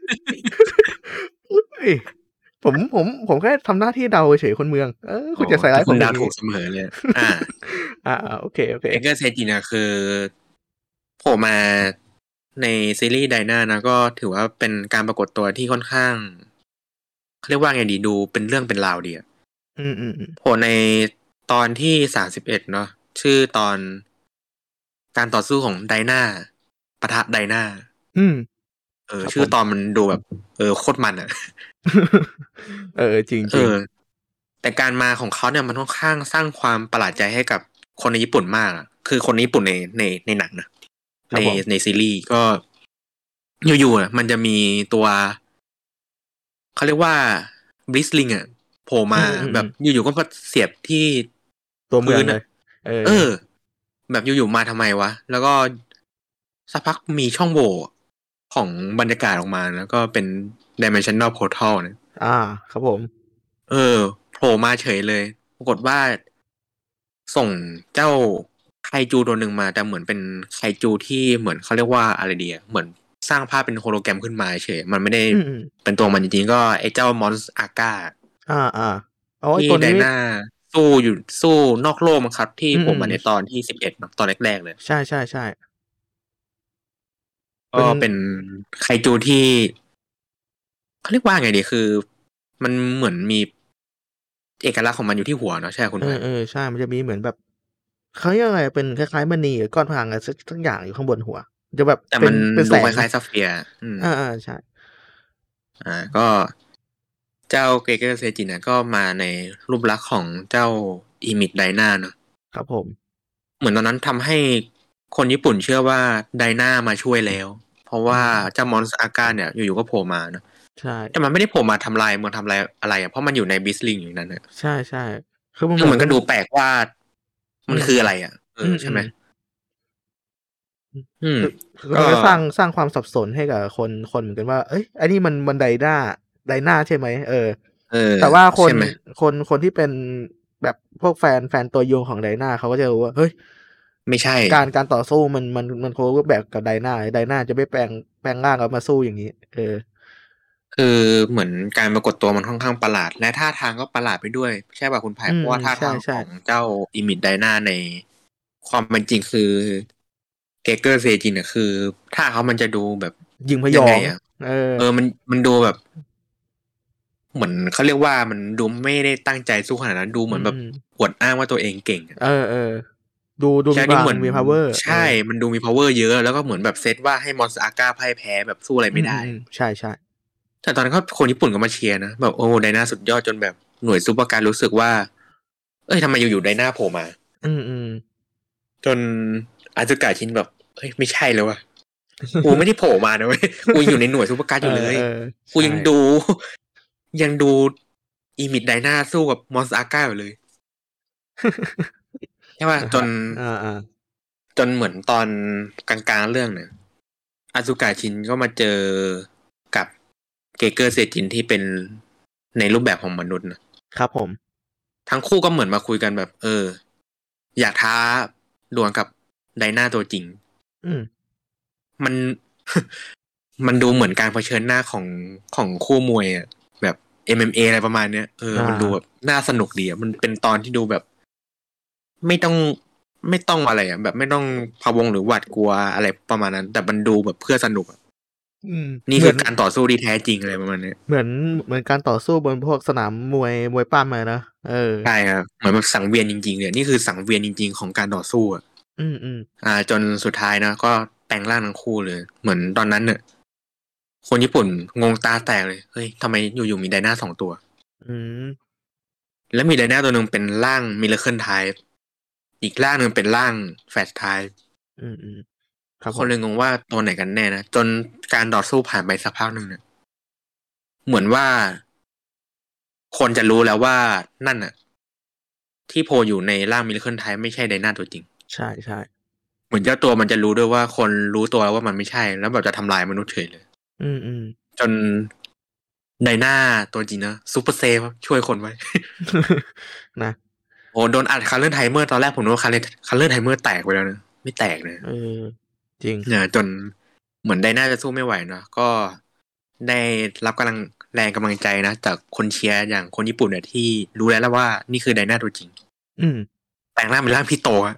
ผมแค่ทำหน้าที่เดาเฉยคนเมืองคุณจะใส่ร้ายคนเดาถูกเสมอเลยโอเคเอเกอร์เซจินคือโผล่มาในซีรีส์ไดนานะก็ถือว่าเป็นการปรากฏตัวที่ค่อนข้างเขาเรียกว่าไงดีดูเป็นเรื่องเป็นราวดีโผล่ในตอนที่31เนาะชื่อตอนการต่อสู้ของไดนาปะทะไดนาชื่อตอนมันดูแบบโคตรมันอ่ะจริงแต่การมาของเขาเนี่ยมันค่อนข้างสร้างความประหลาดใจให้กับคนในญี่ปุ่นมากคือคนในญี่ปุ่นในหนังนะในซีรีส์ก็อยู่ๆมันจะมีตัวเขาเรียกว่าบลิสลิงอ่ะโผล่มาแบบอยู่ๆก็เสียบที่ตัวเมืองเลยแบบอยู่ๆมาทำไมวะแล้วก็สักพักมีช่องโหว่ของบรรยากาศออกมาแล้วก็เป็น Dimensional Portal เนี่ยครับผมโผล่มาเฉยเลยปรากฏว่าส่งเจ้าไคจูตัวหนึ่งมาแต่เหมือนเป็นไคจูที่เหมือนเขาเรียกว่าอะไรดีเหมือนสร้างภาพเป็นโฮโลแกรมขึ้นมาเฉยมันไม่ได้เป็นตัวมันจริงๆก็ไอ้เจ้ามอนส์อาก้าที่ไดนาสู้นอกโลกมั้งครับที่ผมมาในตอนที่11เนาะตอนแรกๆเลยใช่ก็เป็นไคจูที่เขาเรียกว่าไงดีคือมันเหมือนมีเอกลักษณ์ของมันอยู่ที่หัวเนาะใช่คุณใช่มันจะมีเหมือนแบบเขาเรียกอะไรเป็นคล้ายๆมณีหรือก้อนพลังอะไรสักอย่างอยู่ข้างบนหัวจะแบบแต่มันดูคล้ายๆซัฟเฟียร์ใช่ก็เจ้าเกเกอร์เซจินก็มาในรูปลักษณ์ของเจ้าอิมิดไดนาเนาะครับผมเหมือนตอนนั้นทำให้คนญี่ปุ่นเชื่อว่าไดนามาช่วยแล้วเพราะว่าเจ้ามอนสอาก้าเนี่ยอยู่ๆก็โผล่มาเนาะใช่แต่มันไม่ได้โผล่มาทำลายเมืองทำลายอะไรเพราะมันอยู่ในบิสลิงอยู่นั่นนะใช่ใช่คือมันซึ่เหมือนงมันก็ดูแปลกว่ามันคืออะไรใช่ไหมคือมันก็สร้างความสับสนให้กับคนเหมือนกันว่าเอ้ยอันนี้มันไดนาใช่ไหมแต่ว่าคนที่เป็นแบบพวกแฟนตัวยงของไดนาเขาก็จะรู้ว่าเฮ้ยไม่ใช่การต่อสู้มันโครูปแบบกับไดนาจะไม่แปลงร่างเอามาสู้อย่างนี้คือเหมือนการปรากฏตัวมันค่อนข้างประหลาดและท่าทางก็ประหลาดไปด้วยใช่ป่ะคุณไผ่เพราะว่าท่าทางของเจ้าอิมิดไดนาในความเป็นจริงคือเกเกอร์เซจินเนี่ยคือท่าเขามันจะดูแบบยิงพยองมันดูแบบเหมือนเขาเรียกว่ามันดูไม่ได้ตั้งใจสู้ขนาดนั้นดูเหมือนแบบอวดอ้างว่าตัวเองเก่งดูมีพลังมี power ใช่มันดูมี power เยอะแล้วก็เหมือนแบบเซตว่าให้มอนสอาก้าพ่ายแพ้แบบสู้อะไรไม่ได้ใช่ใช่แต่ตอนนั้นก็คนญี่ปุ่นก็มาเชียร์นะแบบโอ้ไดนาสุดยอดจนแบบหน่วยซูเปอร์การรู้สึกว่าเอ้ยทำไมอยู่ๆไดนาโผล่มาจนอาซึกะชินแบบเฮ้ยไม่ใช่แล้ววะกูไม่ได้โผล่มานะเว้ยกูอยู่ในหน่วยซูเปอร์การอยู่เลยกูยังดูอีมิดไดนาสู้กับมอนสอาก้าอยู่เลยใช่ป่ะจนเหมือนตอนกลางๆเรื่องเนี่ยอาซึกะชินก็มาเจอกับเกเกอร์เซจินที่เป็นในรูปแบบของมนุษย์นะครับผมทั้งคู่ก็เหมือนมาคุยกันแบบอยากท้าดวลกับไดนาตัวจริงมัน มันดูเหมือนการเผชิญหน้าของคู่มวยอ่ะแบบ MMA อะไรประมาณเนี้ยมันดูแบบน่าสนุกดีอ่ะมันเป็นตอนที่ดูแบบไม่ต้องอะไรอ่ะแบบไม่ต้องพะวงหรือหวาดกลัวอะไรประมาณนั้น แต่มันดูแบบเพื่อสนุกนี่คือการต่อสู้ที่แท้จริงอะไรประมาณนี้เหมือนการต่อสู้บนพวกสนามมวยปั้มเลยนะใช่ครับเหมือนแบบสังเวียนจริงๆเลยนี่คือสังเวียนจริงๆของการต่อสู้อ่ะจนสุดท้ายนะก็แปลงร่างทั้งคู่เลยเหมือนตอนนั้นเนี่ยคนญี่ปุ่นงงตาแตกเลยเฮ้ยทำไมอยู่ๆมีไดนา2 ตัวแล้วมีไดนาตัวหนึ่งเป็นร่างมิราเคิลไทป์อีกร่างหนึ่งเป็นร่างแฟลชไทป์คนเลยงงว่าตัวไหนกันแน่นะจนการต่อสู้ผ่านไปสักพักหนึ่งเนี่ยเหมือนว่าคนจะรู้แล้วว่านั่นน่ะที่โผล่อยู่ในร่างมิราเคิลไทป์ไม่ใช่ไดนาตัวจริงใช่ใช่เหมือนเจ้าตัวมันจะรู้ด้วยว่าคนรู้ตัวแล้วว่ามันไม่ใช่แล้วแบบจะทำลายมนุษย์เฉยเลยจนไดนาตัวจริงนะซูเปอร์เซฟช่วยคนไว้นะโอ้โดนอัดคัลเลอร์ไทเมอร์ตอนแรกผมนึกว่าคัลเลอร์ไทเมอร์แตกไปแล้วนะไม่แตกเลยจริงเนี่ยจนเหมือนไดนาจะสู้ไม่ไหวเนาะก็ได้รับแรงกำลังใจนะจากคนเชียร์อย่างคนญี่ปุ่นเนี่ยที่รู้แล้วว่านี่คือไดนาตัวจริงแปลงร่างเป็นร่างพี่โตอะ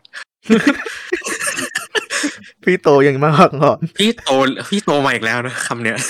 พี่โตยังมากก่อนพี่โตมาอีกแล้วนะคำเนี้ย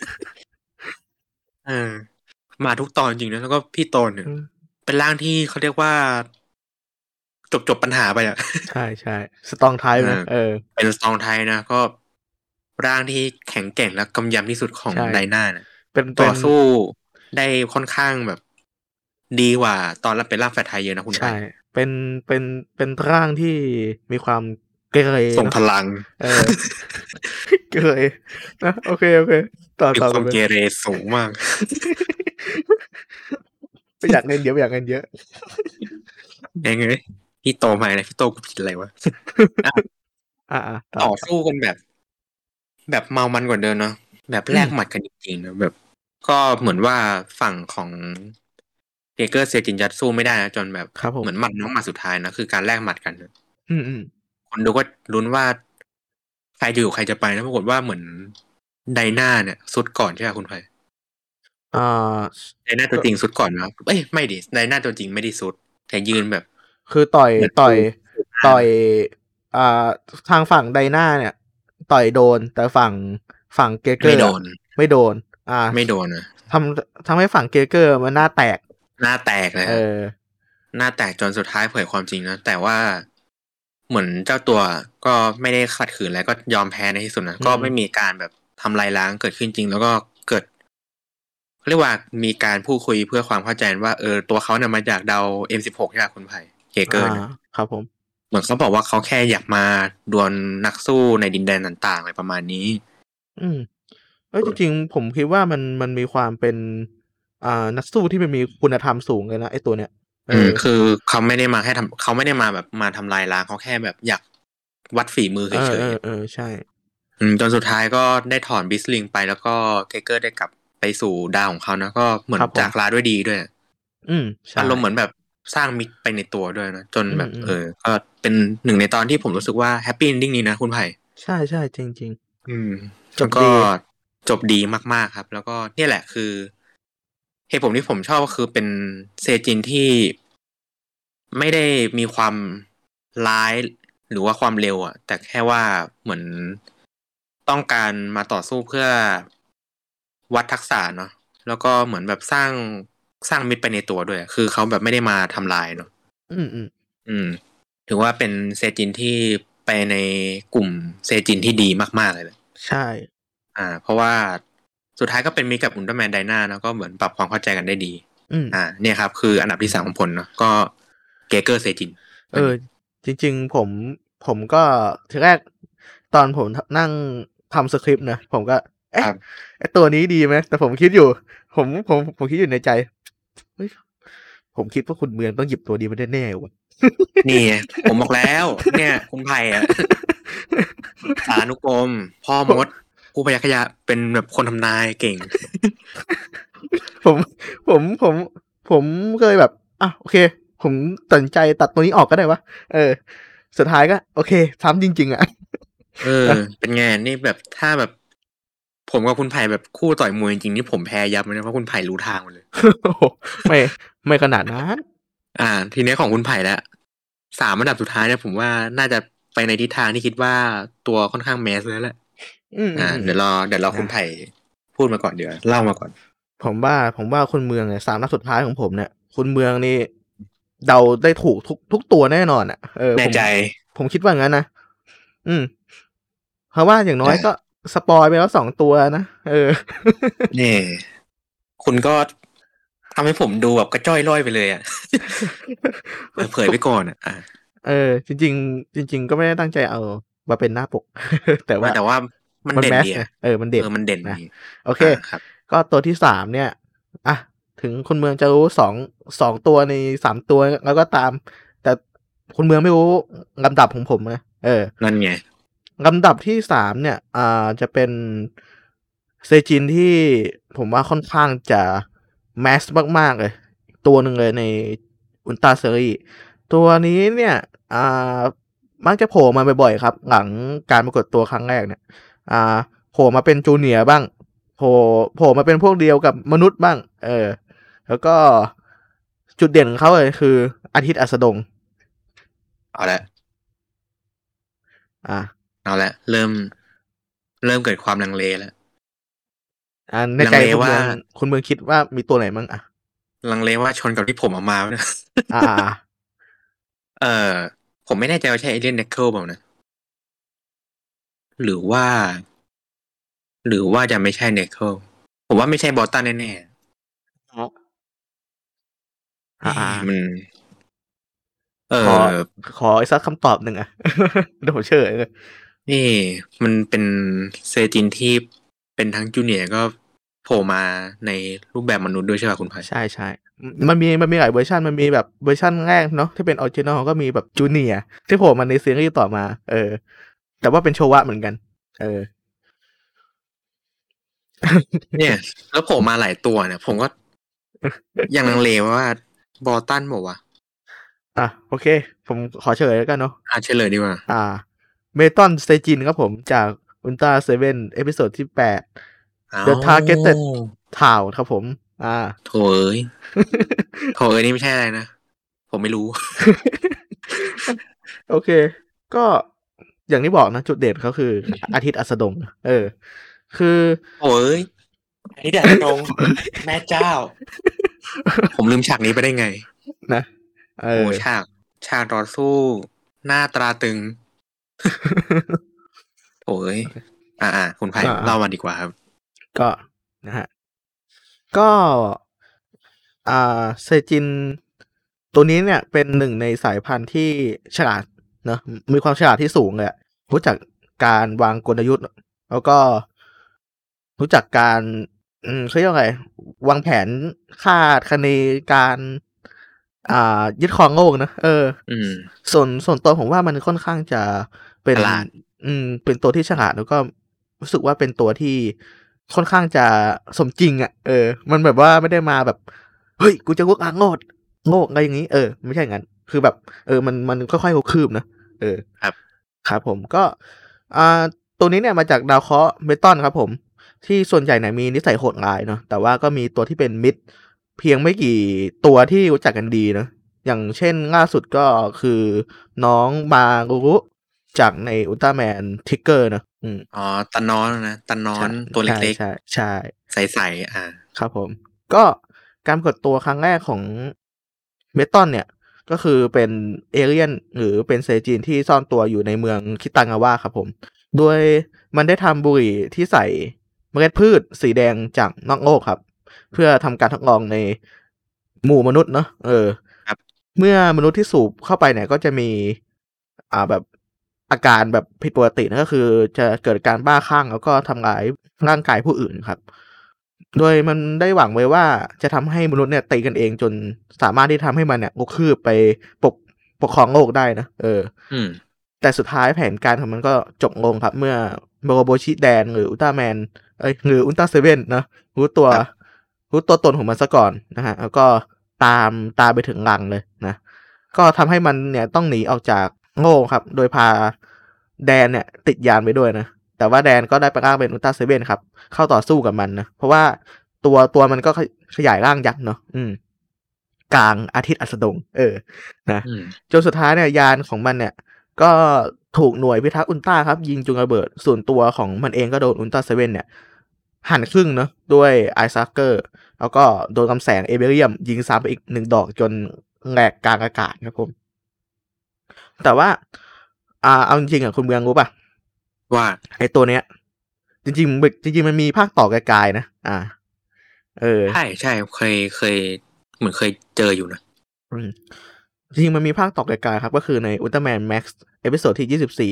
มาทุกตอนจริงนะแล้วก็พี่โตเนี่ยเป็นร่างที่เขาเรียกว่าจบปัญหาไปอ่ะใช่ใช่สตองไทป์นะเป็นสตองไทป์นะก็ร่างที่แข็งแกร่งและกำยำที่สุดของไดนาเนี่ยต่อสู้ได้ค่อนข้างแบบดีกว่าตอนรับเป็นร่างแฟร์ไทยเยอะนะคุณไผ่ใช่เป็นร่างที่มีความเกเรส่งพลังเกเรนะโอเคต่อมีความเกเรสูงมากไม่อยากเงินเยอะไงพี่โตมาเลยพี่โตกูผิดอะไรวะต่อสู้กันแบบเมามันกว่าเดิมเนาะแบบแลกหมัดกันจริงๆนะแบบก็เหมือนว่าฝั่งของเกเกอร์เซจินยัดสู้ไม่ได้นะจนแบบเหมือนหมัดน้องหมัดสุดท้ายนะคือการแลกหมัดกันคนดูก็ลุ้นว่าใครจะอยู่ใครจะไปนะปรากฏว่าเหมือนไดนาเนี่ยสุดก่อนใช่ไหมคุณไผ่ไดนาตัวจริงสุดก่อนนะไม่ดิไดนาตัวจริงไม่ได้สุดแต่ยืนแบบคือต่อยทางฝั่งไดนาเนี่ยต่อยโดนแต่ฝั่งเกเกอร์ไม่โดนไม่โดนนะทำให้ฝั่งเกเกอร์มันหน้าแตกเลยหน้าแตกจนสุดท้ายเผยความจริงนะแต่ว่าเหมือนเจ้าตัวก็ไม่ได้ขัดขืนแล้วก็ยอมแพ้ในที่สุดนะก็ไม่มีการแบบทำลายล้างเกิดขึ้นจริงแล้วก็เกิดเรียกว่ามีการพูดคุยเพื่อความเข้าใจว่าตัวเขาเนี่ยมาจากดาว M16 ใช่ไหมคุณไผ่เกเกอร์เนี่ยครับผมเหมือนเขาบอกว่าเขาแค่อยากมาดวลนักสู้ในดินแดนต่างๆอะไรประมาณนี้จริงๆผมคิดว่ามันมีความเป็นนักสู้ที่มันมีคุณธรรมสูงเลยนะไอ้ตัวเนี้ยคือเขาไม่ได้มาแค่เขาไม่ได้มาแบบมาทำลายล้างเขาแค่แบบอยากวัดฝีมือเฉยๆใช่จนสุดท้ายก็ได้ถอนบิสลิงไปแล้วก็เกเกอร์ได้กลับไปสู่ดาวของเขานะก็เหมือนจากลาด้วยดีด้วยอารมณ์เหมือนแบบสร้างมิตรไปในตัวด้วยนะจนแบบก็เป็นหนึ่งในตอนที่ผมรู้สึกว่าแฮปปี้เอนดิ้งนี้นะคุณไผ่ใช่ๆจริงๆจบดีจบดีมากๆครับแล้วก็เนี่ยแหละคือเหตุผลที่ผมชอบก็คือเป็นเซจินที่ไม่ได้มีความร้ายหรือว่าความเร็วอ่ะแต่แค่ว่าเหมือนต้องการมาต่อสู้เพื่อวัดทักษะเนาะแล้วก็เหมือนแบบสร้างมิตรไปในตัวด้วยคือเขาแบบไม่ได้มาทำลายเนาะถือว่าเป็นเซจินที่ไปในกลุ่มเซจินที่ดีมากๆเลยใช่เพราะว่าสุดท้ายก็เป็นมิตรกับอุลตร้าแมนไดนาแล้วก็เหมือนปรับความเข้าใจกันได้ดีเนี่ยครับคืออันดับที่3ของผลเนาะก็เกเกอร์เซจินจริงๆผมก็ทีแรกตอนผมนั่งทำสคริปต์นะผมก็ไอ้ตัวนี้ดีไหมแต่ผมคิดอยู่ผมคิดอยู่ในใจเฮ้ยผมคิดว่าคุณเมืองต้องหยิบตัวนี้มาแน่ๆว่ะนี่ผมบอกแล้ว เนี่ยคุณไผ่สานุกรมพ่อมดผู้พยัคฆยะเป็นแบบคนทำนายเก่งผมเคยแบบโอเคผมตัดใจตัดตัวนี้ออกก็ได้วะสุดท้ายก็โอเคซ้ำจริงๆเป็นไงนี่แบบถ้าแบบผมกับคุณไผ่แบบคู่ต่อยมวยจริงๆนี่ผมแพ้ยับเลยนะเพราะคุณไผ่รู้ทางหมดเลยไม่ขนาดนั้นทีนี้ของคุณไผ่แล้ว3อันดับสุดท้ายเนี่ยผมว่าน่าจะไปในทิศทางที่คิดว่าตัวค่อนข้างแมสแล้วแหละเดี๋ยวรอคุณไผ่พูดมาก่อนเดี๋ยวเล่ามาก่อนผมว่าคุณเมืองเนี่ย3นัดสุดท้ายของผมเนี่ยคุณเมืองนี่เดาได้ถูกทุกตัวแน่นอนแน่ใจผมคิดว่างั้นนะเพราะว่าอย่างน้อยก็สปอยไปแล้ว2ตัวนะนี่คุณก็ทำให้ผมดูแบบกระจ้อยร่อยไปเลยเผยไปก่อนจริงก็ไม่ได้ตั้งใจเอามาเป็นหน้าปกแต่ว่ามันเด่นดีมันเด่นมันเด่นนะโอเคก็ตัวที่3เนี่ยถึงคุณเมืองจะรู้2ตัวใน3ตัวแล้วก็ตามแต่คุณเมืองไม่รู้ลำดับของผมนะนั่นไงลำดับที่3เนี่ยจะเป็นเซจินที่ผมว่าค่อนข้างจะแมสมากๆเลยตัวหนึ่งเลยในอุลตร้าซีรีส์ตัวนี้เนี่ยมักจะโผล่มาบ่อยๆครับหลังการปรากฏตัวครั้งแรกเนี่ยโผล่มาเป็นจูเนียร์บ้างโผล่มาเป็นพวกเดียวกับมนุษย์บ้างแล้วก็จุดเด่นของเขาเลยคืออาทิตย์อัสดงเอาละเอาละเริ่มเกิดความลังเลแล้วในใจคุณเมืองคิดว่ามีตัวไหนมั้งลังเลว่าชนกับที่ผมเอามาเนี่ยผมไม่แน่ใจว่าใช่เอเลียนเนคเคิลเปล่านะหรือว่าจะไม่ใช่เนคเคิลผมว่าไม่ใช่บอตตันแน่ๆมันขออีกสักคำตอบหนึ่งเดี๋ยวผมเชื่อนี่มันเป็นเซจินที่เป็นทั้งจูเนียร์ก็โผล่มาในรูปแบบมนุษย์ด้วยใช่ป่ะคุณไผ่ใช่มันมีหลายเวอร์ชันมันมีแบบเวอร์ชันแรกเนาะที่เป็นออริจินอลก็มีแบบจูเนียร์ที่โผล่มาในซีรีส์ต่อมาแต่ว่าเป็นโชวะเหมือนกันเนี่ยแล้วโผล่มาหลายตัวเนี่ยผมก็ยังลังเลว่าบอตันบอกว่าโอเคผมขอเฉลยแล้วกันเนาะเฉลยดีกว่าเมทอนเซจินครับผมจากอุลตร้าเซเว่นเอพิโซดที่8 The Targeted Town ครับผมโถเอ้ยนี่ไม่ใช่อะไรนะผมไม่รู้โอเคก็อย่างที่บอกนะจุดเด่นเขาคืออาทิตย์อัสดงคือโอ้ยอาทิตย์อัสดงแม่เจ้าผมลืมฉากนี้ไปได้ไงนะฉากต่อสู้หน้าตราตึงโอ้ยคุณไผ่เล่ามาดีกว่าครับก็นะฮะก็เซจินตัวนี้เนี่ยเป็นหนึ่งในสายพันธุ์ที่ฉลาดเนอะมีความฉลาดที่สูงเลยรู้จักการวางกลยุทธ์แล้วก็รู้จักการเขาเรียกว่าไงวางแผนคาดคะเนการยึดครองโลกนะส่วนตัวผมว่ามันค่อนข้างจะเป็นเป็นตัวที่ฉลาดแล้วก็รู้สึกว่าเป็นตัวที่ค่อนข้างจะสมจริงอ่ะมันแบบว่าไม่ได้มาแบบเฮ้ยกูจะลุกโง่อะไรอย่างนี้ไม่ใช่อย่างนั้นคือแบบมันค่อยๆคืบนะครับผมก็ตัวนี้เนี่ยมาจากดาวเคราะห์เมตอนครับผมที่ส่วนใหญ่เนี่ยมีนิสัยโหดร้ายเนาะแต่ว่าก็มีตัวที่เป็นมิตรเพียงไม่กี่ตัวที่รู้จักกันดีนะอย่างเช่นล่าสุดก็คือน้องมารุจากในอุลตร้าแมนทิกเกอร์นะตานอนนะตานอนตัวเล็กๆใช่ใสๆครับผมก็การกดตัวครั้งแรกของเมตอนเนี่ยก็คือเป็นเอเลี่ยนหรือเป็นเซจินที่ซ่อนตัวอยู่ในเมืองคิตางาวะครับผมโดยมันได้ทำบุหรี่ที่ใส่เมล็ดพืชสีแดงจากนอกโลกครับเพื่อทำการทดลองในหมู่มนุษย์เนาะเมื่อมนุษย์ที่สูบเข้าไปเนี่ยก็จะมีแบบอาการแบบผิดปกตินะก็คือจะเกิดการบ้าคลั่งแล้วก็ทำร้ายร่างกายผู้อื่นครับโดยมันได้หวังไว้ว่าจะทำให้มนุษย์เนี่ยตีกันเองจนสามารถที่ทำให้มันเนี่ยลุกคืบไปปกครองโลกได้นะแต่สุดท้ายแผนการของมันก็จบลงครับเมื่อโมโรโบชิแดนหรืออุลตร้าแมนหรืออุลตร้าเซเว่นนะรู้ตัวตนของมันซะก่อนนะฮะแล้วก็ตามไปถึงรังเลยนะก็ทำให้มันเนี่ยต้องหนีออกจากโลกครับโดยพาแดนเนี่ยติดยานไปด้วยนะแต่ว่าแดนก็ได้ไปร่างเป็นอุลตร้าเซเว่นครับเข้าต่อสู้กับมันนะเพราะว่าตัวมันก็ขยายร่างยักษ์เนาะกลางอาทิตย์อัสดงนะจนสุดท้ายเนี่ยยานของมันเนี่ยก็ถูกหน่วยพิทักษ์อุลตร้าครับยิงจนระเบิดส่วนตัวของมันเองก็โดนอุลตร้าเซเว่นเนี่ยหั่นครึ่งเนาะด้วยไอซักเกอร์แล้วก็โดนกำแสงเอเบเรียมยิงซ้ำไปอีก1 ดอกจนแหลกกลางอากาศครับผมแต่ว่าเอาจริงๆคุณเมืองรู้ป่ะว่าไอตัวเนี้ยจริงๆมันมีภาคต่อไกลๆนะใช่เคยเหมือนเคยเจออยู่นะจริงๆมันมีภาคต่อไกลๆครับก็คือใน Ultraman Max เอพิโซดที่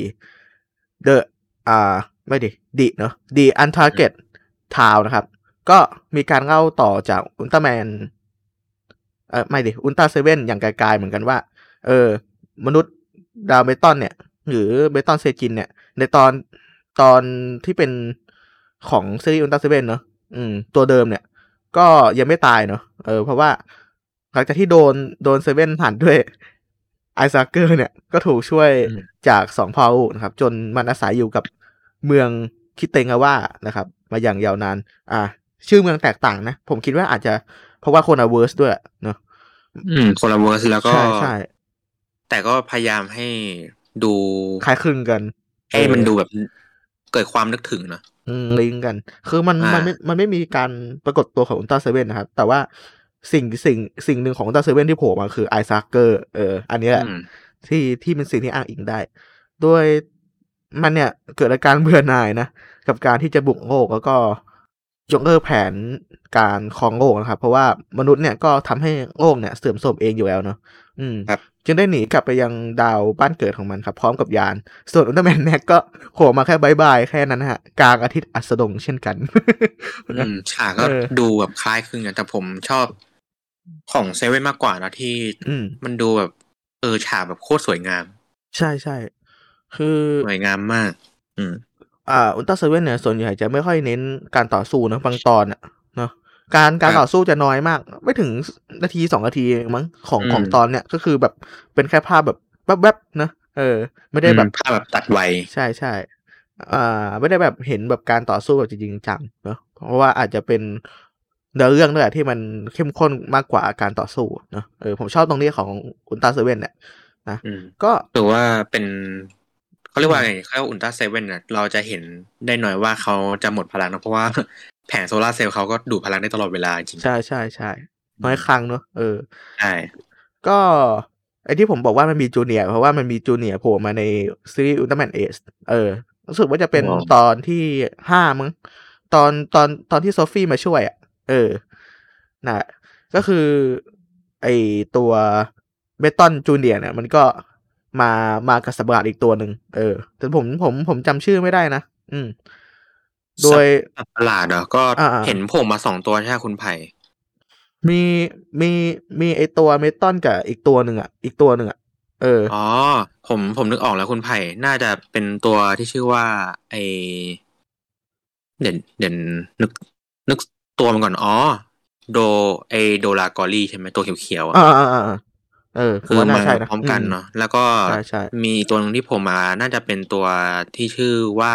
24 The ไม่ดิเนาะ The Untarget Town นะครับก็มีการเล่าต่อจาก Ultraman ไม่อุลตร้าเซเว่นอย่างไกลๆเหมือนกันว่ามนุษย์ดาวเมตอนเนี่ยหรือเมตอนเซจินเนี่ยในตอนที่เป็นของซีรีส์อุลตร้าเซเว่นเนาะตัวเดิมเนี่ยก็ยังไม่ตายเนาะเพราะว่าหลังจากที่โดนเซเว่นผ่านด้วยไอซาเกอร์เนี่ยก็ถูกช่วยจาก2 พ่อลูกนะครับจนมันอาศัยอยู่กับเมืองคิเตงาวะนะครับมาอย่างยาวนานชื่อเมืองแตกต่างนะผมคิดว่าอาจจะเพราะว่าคนละเวอร์สด้วยเนาะคนละเวอร์สแล้วก็ใช่แต่ก็พยายามให้ดูคล้ายคลึงกันให้มันดูแบบเกิดความนึกถึงนะลิงก์กันคือมันไม่มีการปรากฏตัวของอุลตร้าเซเว่นนะครับแต่ว่าสิ่งหนึ่งของอุลตร้าเซเว่นที่โผล่มาคือไอซักเกอร์อันนี้แหละที่เป็นสิ่งที่อ้างอิงได้โดยมันเนี่ยเกิดอาการเบื่อหน่ายนะกับการที่จะบุกโลกแล้วก็ยกเลิกแผนการครองโลกนะครับเพราะว่ามนุษย์เนี่ยก็ทำให้โลกเนี่ยเสื่อมโทรมเองอยู่แล้วเนาะจึงได้หนีกลับไปยังดาวบ้านเกิดของมันครับพร้อมกับยานส่วนอุลตร้าแมนแม็กก็โผล่มาแค่บายแค่นั้นนะฮะกลางอาทิตย์อัสดงเช่นกันฉากก็ดูแบบคล้ายคลึงกันแต่ผมชอบของเซเว่นมากกว่านะที่มันดูแบบฉากแบบโคตรสวยงามใช่คือสวยงามมากอุลตร้าเซเว่นเนี่ยส่วนใหญ่จะไม่ค่อยเน้นการต่อสู้นะบางตอนเนาะการต่อสู้จะน้อยมากไม่ถึงนาที2 นาทีมั้งของตอนเนี้ยก็คือแบบเป็นแค่ภาพแบบแวบๆนะไม่ได้แบบภาพแบบตัดไวใช่ไม่ได้แบบเห็นแบบการต่อสู้แบบจริงจังเนาะเพราะว่าอาจจะเป็นเนื้อเรื่องด้วยที่มันเข้มข้นมากกว่าการต่อสู้เนาะผมชอบตรงนี้ของอุลตร้าเซเว่นเนี่ยนะก็ถือว่าเป็นเขาเรียกว่าไงเขาอุลตร้าเซเว่นนะเราจะเห็นได้หน่อยว่าเขาจะหมดพลังนะเพราะว่าแผงโซลาร์เซลล์เขาก็ดูดพลังได้ตลอดเวลาจริงใช่น้อยครั้งเนาะใช่ก็ไอที่ผมบอกว่ามันมีจูเนียร์เพราะว่ามันมีจูเนียร์โผล่มาในซีรีส์อุลตร้าแมนเอชรู้สึกว่าจะเป็นตอนที่5มั้งตอนที่โซฟี่มาช่วยนะก็คือไอตัวเบตตอนจูเนียร์เนี่ยมันก็มากับสัตว์ประหลาดอีกตัวหนึ่งแต่ผมจำชื่อไม่ได้นะโดยสัตว์ประหลาดเหรอก็เห็นโผล่มา2ตัวใช่ไหมคุณไผ่มีมีไอตัวเมตตอนกับอีกตัวหนึ่งอ่ะอ๋อผมนึกออกแล้วคุณไผ่น่าจะเป็นตัวที่ชื่อว่าไอเด่นนึกตัวมันก่อนโดโดรากอรี่ใช่ไหมตัวเขียวๆอ่ะคือมาใช่นะพร้อมกันเนาะแล้วก็มีตัวนึงที่ผมมาน่าจะเป็นตัวที่ชื่อว่า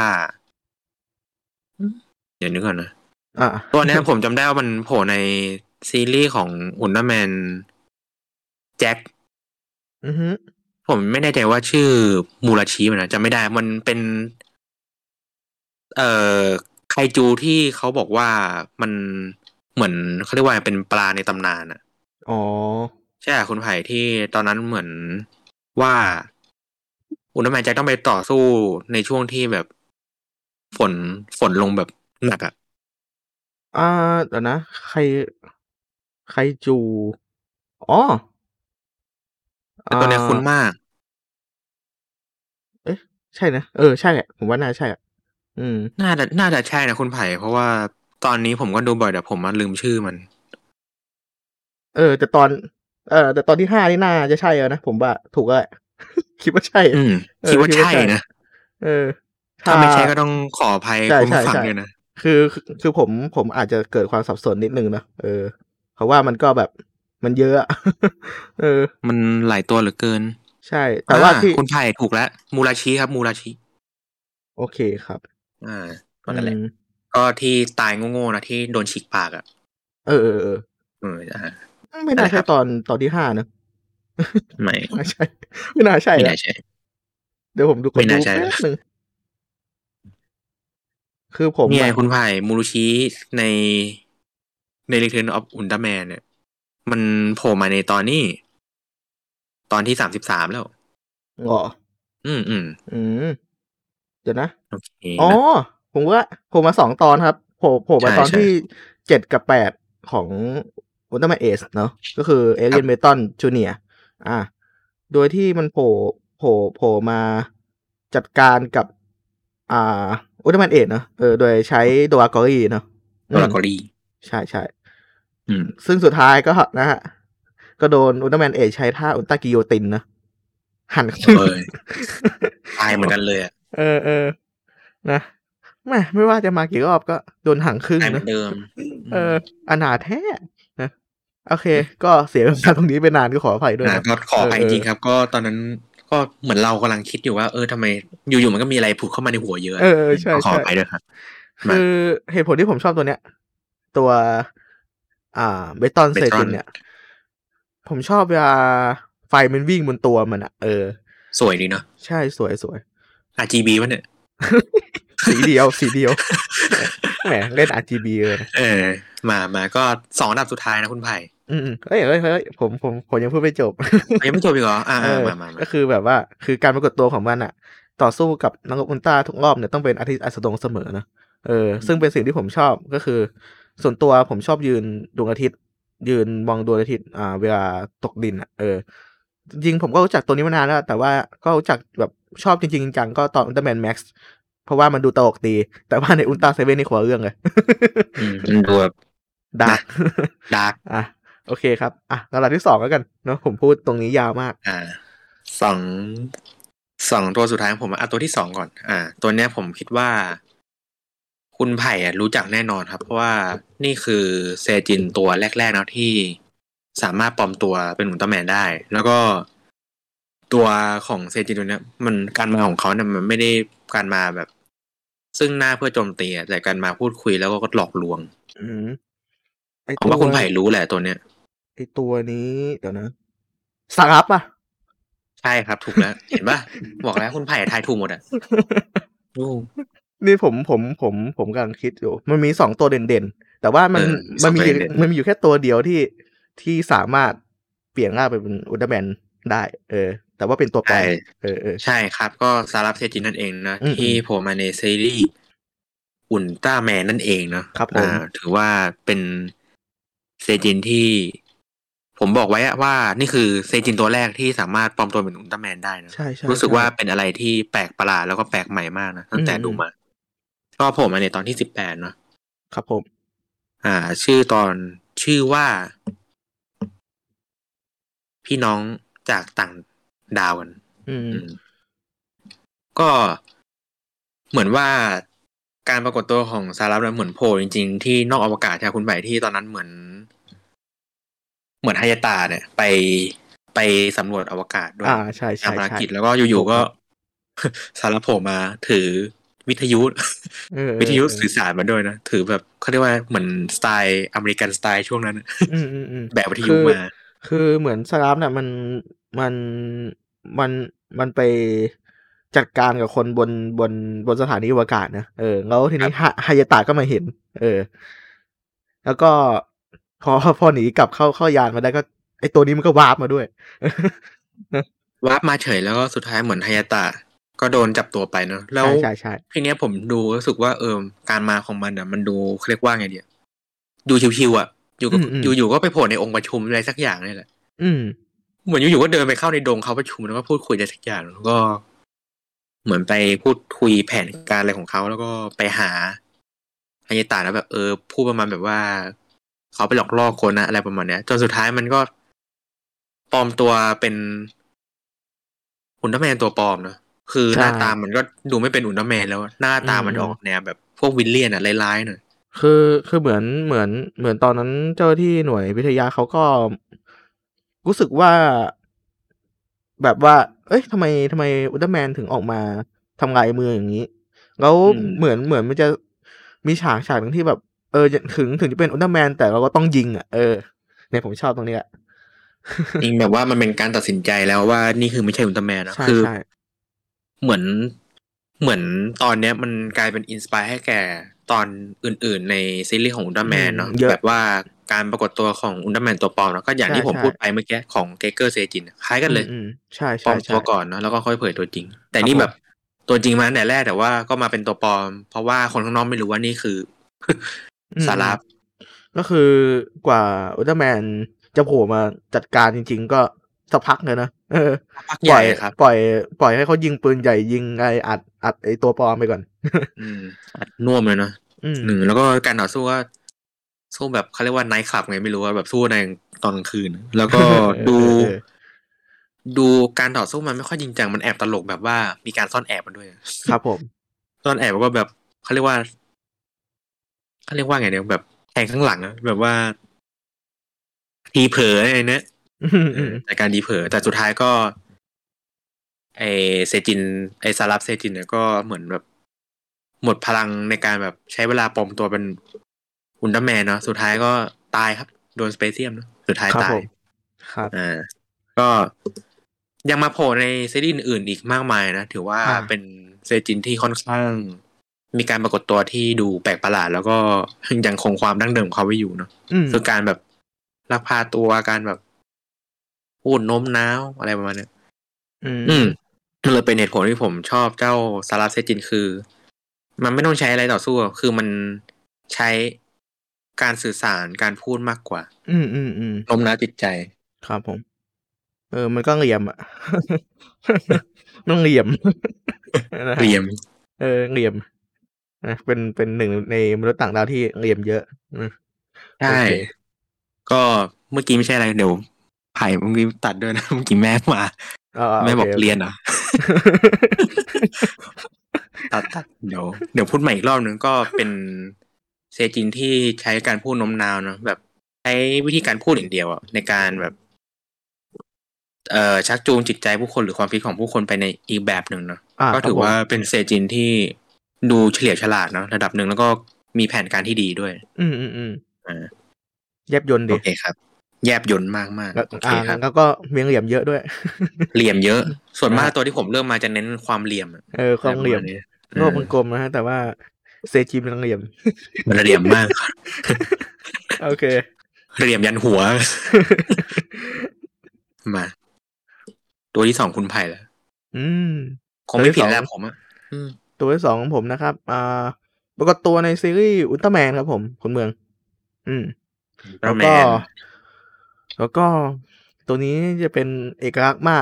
เดี๋ยวนึกก่อนนะตัวนี้ผมจำได้ว่ามันโผล่ในซีรีส์ของอุลตร้าแมนแจ็คผมไม่แน่ใจว่าชื่อมูราชิมันนะจำไม่ได้มันเป็นไคจูที่เขาบอกว่ามันเหมือนเขาเรียกว่าเป็นปลาในตำนานอ่ะใช่คุณไผ่ที่ตอนนั้นเหมือนว่าอุลตร้าแมนแจ็คต้องไปต่อสู้ในช่วงที่แบบฝนลงแบบหนักอ่ะเดี๋ยวนะไคจูแต่ตัวนี้คุ้นมากใช่นะใช่แหละผมว่าน่าใช่น่าจะใช่นะคุณไผ่เพราะว่าตอนนี้ผมก็ดูบ่อยแต่ผมลืมชื่อมันแต่ตอนที่5นี่น่าจะใช่นะผมว่าถูกแล้วคิดว่าใช่คิดว่าใช่นะถ้าไม่ใช่ก็ต้องขออภัยคุณผู้ฟังด้วยนะคือผมอาจจะเกิดความสับสนนิดนึงนะเพราะว่ามันก็แบบมันเยอะมันหลายตัวเหลือเกินใช่แต่ว่าที่คุณไผ่ถูกแล้วมูราชิครับมูราชิโอเคครับก็นั่นแหละก็ที่ตายโง่ๆนะที่โดนฉีกปากอ่ะไม่น่าใช่ตอนที่5นะไม่ใช่ไม่น่าใช่เดี๋ยวผมดูแป๊บนึงคือผมเนี่ยคุณไผ่มูรุชิในReturn of Ultraman เนี่ยมันโผล่มาในตอนที่33แล้วเดี๋ยวนะโอเคผมว่าผมมา2ตอนครับโผล่มาตอนที่7กับ8ของ Ultraman Ace เนาะก็คือ Alien Meton Junior โดยที่มันโผล่มาจัดการกับอุลตร้าแมนAceเนาะโดยใช้โดรากอรี่เนาะโดรากอรี่ใช่ซึ่งสุดท้ายก็นะฮะก็โดนอุลตร้าแมนAceใช้ท่าอุลตร้ากิโยตินนะหันตายเหมือนกันเลยอ่ะนะไม่ว่าจะมากี่รอบก็โดนหังครึ่งนะเดิมอนาถแท้นะโอเคก็เสียเวลาตรงนี้ไปนานก็ขออภัยด้วยนะก็ขออภัยจริงครับก็ตอนนั้นก็เหมือนเรากำลังคิดอยู่ว่าทำไมอยู่ๆมันก็มีอะไรผุดเข้ามาในหัวเยอะใช่ขออภัยด้วยครับคือเหตุผลที่ผมชอบตัวเนี้ยตัวเบตตอนเซตินเนี่ยผมชอบเวลาไฟมันวิ่งบนตัวมันสวยดีเนาะใช่สวย RGB วะเนี่ยสีเดียวแหมเล่น RGB เลยมาก็2 อันดับสุดท้ายนะคุณไผ่เฮ้ยผมยังพูดไม่จบยังไม่จบอีกเหรอมาก็คือแบบว่าคือการปรากฏตัวของมันต่อสู้กับนักรบอุลตร้าทุกรอบเนี่ยต้องเป็นอาทิตย์อัสดงเสมอนะซึ่งเป็นสิ่งที่ผมชอบก็คือส่วนตัวผมชอบยืนดวงอาทิตย์ยืนมองดวงอาทิตย์เวลาตกดินจริงผมก็รู้จักตัวนี้มานานแล้วแต่ว่าก็รู้จักแบบชอบจริงๆจังก็ตอนอุลตร้าแมนแม็กซ์เพราะว่ามันดูตลกดีแต่ว่าในอุลตร้าเซเว่นนี่ขอเรื่องเลยมันดูแบบดาร์กโอเคครับระดับที่2แล้วกันเนาะผมพูดตรงนี้ยาวมากสองตัวสุดท้ายของผมตัวที่2ก่อนตัวเนี้ยผมคิดว่าคุณไผ่รู้จักแน่นอนครับเพราะว่านี่คือเซจินตัวแรกๆนะที่สามารถปลอมตัวเป็นอุลตร้าแมนได้แล้วก็ตัวของเซจินตัวเนี้ยมันการมาของเขาเนี่ยมันไม่ได้การมาแบบซึ่งหน้าเพื่อโจมตีแต่การมาพูดคุยแล้วก็หลอกลวงผมว่าคุณไผ่รู้แหละตัวเนี้ยไอตัวนี้เดี๋ยวนะสารับป่ะใช่ครับถูกแล้วเห็นป่ะบอกแล้วคุณไผ่ทายถูกหมดนี่ผมกำลังคิดอยู่มันมี2ตัวเด่นๆแต่ว่ามันมีอยู่แค่ตัวเดียวที่สามารถเปลี่ยนร่างไปเป็นอุลตร้าแมนได้แต่ว่าเป็นตัวแปรใช่ครับก็ซารับเซจินนั่นเองนะที่โผล่มาในซีรีส์อุลตร้าแมนนั่นเองเนาะครับผมถือว่าเป็นเซจินที่ผมบอกไว้ว่านี่คือเซจินตัวแรกที่สามารถปลอมตัวเป็นอุลตร้าแมนได้นะใช่ใช่รู้สึกว่าเป็นอะไรที่แปลกประหลาดแล้วก็แปลกใหม่มากนะตั้งแต่ดูมาก็ผมมาในตอนที่18เนาะครับผมชื่อว่าพี่น้องจากต่างดาวกันก็เหมือนว่าการปรากฏตัวของซาร่าเหมือนโผล่จริงๆที่นอกอวกาศใช่คุณใบที่ตอนนั้นเหมือนฮายาตะเนี่ยไปสำรวจอวกาศด้วยใช่ภารกิจแล้วก็อยู่ๆก็ซาร่าโผล่มาถือวิทยุสื่อสารมาด้วยนะถือแบบเขาเรียกว่าเหมือนสไตล์อเมริกันสไตล์ช่วงนั้นแบบวิทยุมาคือเหมือนซาร่าเนี่ยมันไปจัดการกับคนบนสถานีอวกาศนะแล้วทีนี้ฮายาตะก็มาเห็นแล้วก็พอหนีกลับเข้ายานมาได้ก็ไอตัวนี้มันก็วาร์ปมาด้วยวาร์ปมาเฉยแล้วก็สุดท้ายเหมือนฮายาตะก็โดนจับตัวไปเนาะแล้วทีเนี้ยผมดูรู้สึกว่าการมาของมันมันดูเรียกว่าไงดีดูชิวๆอยู่ก็ไปโผล่ในองค์ประชุมอะไรสักอย่างนี่แหละเหมือนอยู่ก็เดินไปเข้าในดงเขาประชุมแล้วก็พูดคุยอะไรสักอย่างแล้วก็เหมือนไปพูดคุยแผนการอะไรของเขาแล้วก็ไปหาฮายาตะแล้วแบบพูดประมาณแบบว่าเขาไปหลอกล่อคนนะอะไรประมาณเนี้ยจนสุดท้ายมันก็ปลอมตัวเป็นอุลตร้าแมนตัวปลอมนะคือหน้าตามันก็ดูไม่เป็นอุลตร้าแมนแล้วหน้าตามันออกแนวแบบพวกวิลเลียนร้ายๆหน่อยคือเหมือนตอนนั้นเจ้าที่หน่วยวิทยาเขาก็รู้สึกว่าแบบว่าเอ้ยทำไมอุลตร้าแมนถึงออกมาทำลายเมืองอย่างนี้แล้วเหมือนมันจะมีฉากนึงที่แบบถึงจะเป็นอุลตร้าแมนแต่เราก็ต้องยิงเนี่ยผมชอบตรงนี้แหละจริงแบบว่ามันเป็นการตัดสินใจแล้วว่านี่คือไม่ใช่อุลตร้าแมนนะคือเหมือนตอนเนี้ยมันกลายเป็นอินสไปร์ให้แก่ตอนอื่นๆในซีรีส์ของอุลตร้าแมนเนาะแบบว่าการปรากฏตัวของอุลตร้าแมนตัวปลอมแล้วก็อย่างที่ผมพูดไปเมื่อกี้ของเกเกอร์เซจินคล้ายกันเลยใช่ปลอมตัวก่อนเนาะแล้วก็ค่อยเผยตัวจริงแต่นี่แบบตัวจริงมาตั้งแต่แรกแต่ว่าก็มาเป็นตัวปลอมเพราะว่าคนข้างนอกไม่รู้ว่านี่คือซาร่าก็คือกว่าอุลตร้าแมนจะโผล่มาจัดการจริงๆก็สักพักเลยนะปล่อยให้เขายิงปืนใหญ่ยิงอัดไอตัวปลอมไปก่อนอัดน่วมเลยเนาะแล้วก็การต่อสู้ก็สู้แบบเขาเรียกว่าไนท์คลับไงไม่รู้ว่าแบบสู้ในตอนกลางคืนแล้วก็ดูการต่อสู้มันไม่ค่อยจริงจังมันแอบตลกแบบว่ามีการซ่อนแอบมันด้วยครับผมซ่อนแอบก็แบบเขาเรียกว่าไงเนี่ยแบบแทงข้างหลังแบบว่าทีเผลออะไรเนี่ยแต่การดีเผลอแต่สุดท้ายก็ไอเซจินไอซารับเซจินเนี่ยก็เหมือนแบบหมดพลังในการแบบใช้เวลาปลอมตัวเป็นอุลตร้าแมนเนาะสุดท้ายก็ตายครับโดนสเปเซียมเนาะสุดท้ายตายครับก็ยังมาโผล่ในซีรีส์อื่นอีกมากมายนะถือว่าเป็นเซจินที่ค่อนข้างมีการปรากฏตัวที่ดูแปลกประหลาดแล้วก็ยังคงความดั้งเดิมของเขาไว้อยู่เนาะคือการแบบลักพาตัวการแบบพูดโน้มน้าวอะไรประมาณนี้มันเลยเป็นเหตุผลที่ผมชอบเจ้าซาร่าเซจินคือมันไม่ต้องใช้อะไรต่อสู้คือมันใช้การสื่อสารการพูดมากกว่าโน้มน้าวจิตใจครับผมมันก็เหลี่ยมอ่ะต้องเหลี่ยมเหลี่ยมนะเป็นหนึ่งในมนุษย์ต่างดาวที่เหลี่ยมเยอะใช่ก็เมื่อกี้ไม่ใช่อะไรเดี๋ยวไผ่เมื่อกี้ตัดด้วยนะเมื่อกี้แม่มาแม่บอกเรียนเหรอตัดเดี๋ยวพูดใหม่อีกรอบนึงก็เป็นเซจินที่ใช้การพูดโน้มน้าวเนาะแบบใช้วิธีการพูดอย่างเดียวในการแบบชักจูงจิตใจผู้คนหรือความคิดของผู้คนไปในอีกแบบหนึ่งเนาะก็ถือว่าเป็นเซจินที่ดูเฉลียวฉลาดเนาะระดับหนึ่งแล้วก็มีแผนการที่ดีด้วยแยบยนต์ดิโอเคครับแยบยนต์มากๆโอเคครับแล้วก็เมียงเหลี่ยมเยอะด้วยเหลี่ยมเยอะส่วนมากตัวที่ผมเริ่มมาจะเน้นความเหลี่ยมความเหลี่ยมโลกมันกลมนะฮะแต่ว่าเซจิมมันเหลี่ยมมันเหลี่ยมมากโอเคเหลี่ยมยันหัวมาตัวที่2คุณไผ่แล้วคงไม่ผิดแล้วผมตัวที่2ของผมนะครับปรากฏตัวในซีรีส์อุลตร้าแมนครับผมคุณเมืองแล้วก็ตัวนี้จะเป็นเอกลักษณ์มาก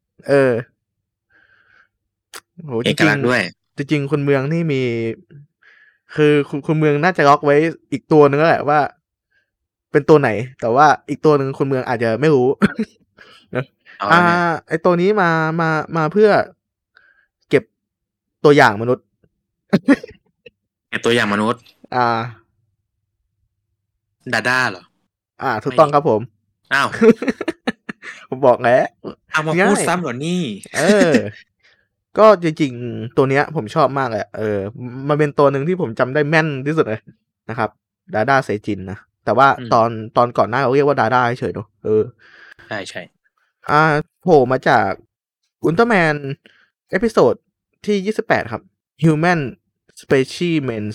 โหเอกลักษณ์ด้วยจริงคนเมืองนี่มีคือคุณเมืองน่าจะล็อกไว้อีกตัวนึงแล้วแหละว่าเป็นตัวไหนแต่ว่าอีกตัวนึงคนเมืองอาจจะไม่รู้นะไอตัวนี้มาเพื่อเก็บตัวอย่างมนุษย์เก็บตัวอย่างมนุษย์ดาด้าเหรอถูกต้องครับผมอ้าวผมบอกแล้วเอามาพูดซ้ำเหรอนี่ก็จริงๆตัวเนี้ยผมชอบมากเลยมันเป็นตัวหนึ่งที่ผมจำได้แม่นที่สุดเลยนะครับดาด้าเซจินนะแต่ว่าตอนก่อนหน้าเราเรียกว่าดาด้าเฉยๆเนอะใช่โผล่มาจากอุลตร้าแมนเอพิโซดที่28ครับ Human Specimens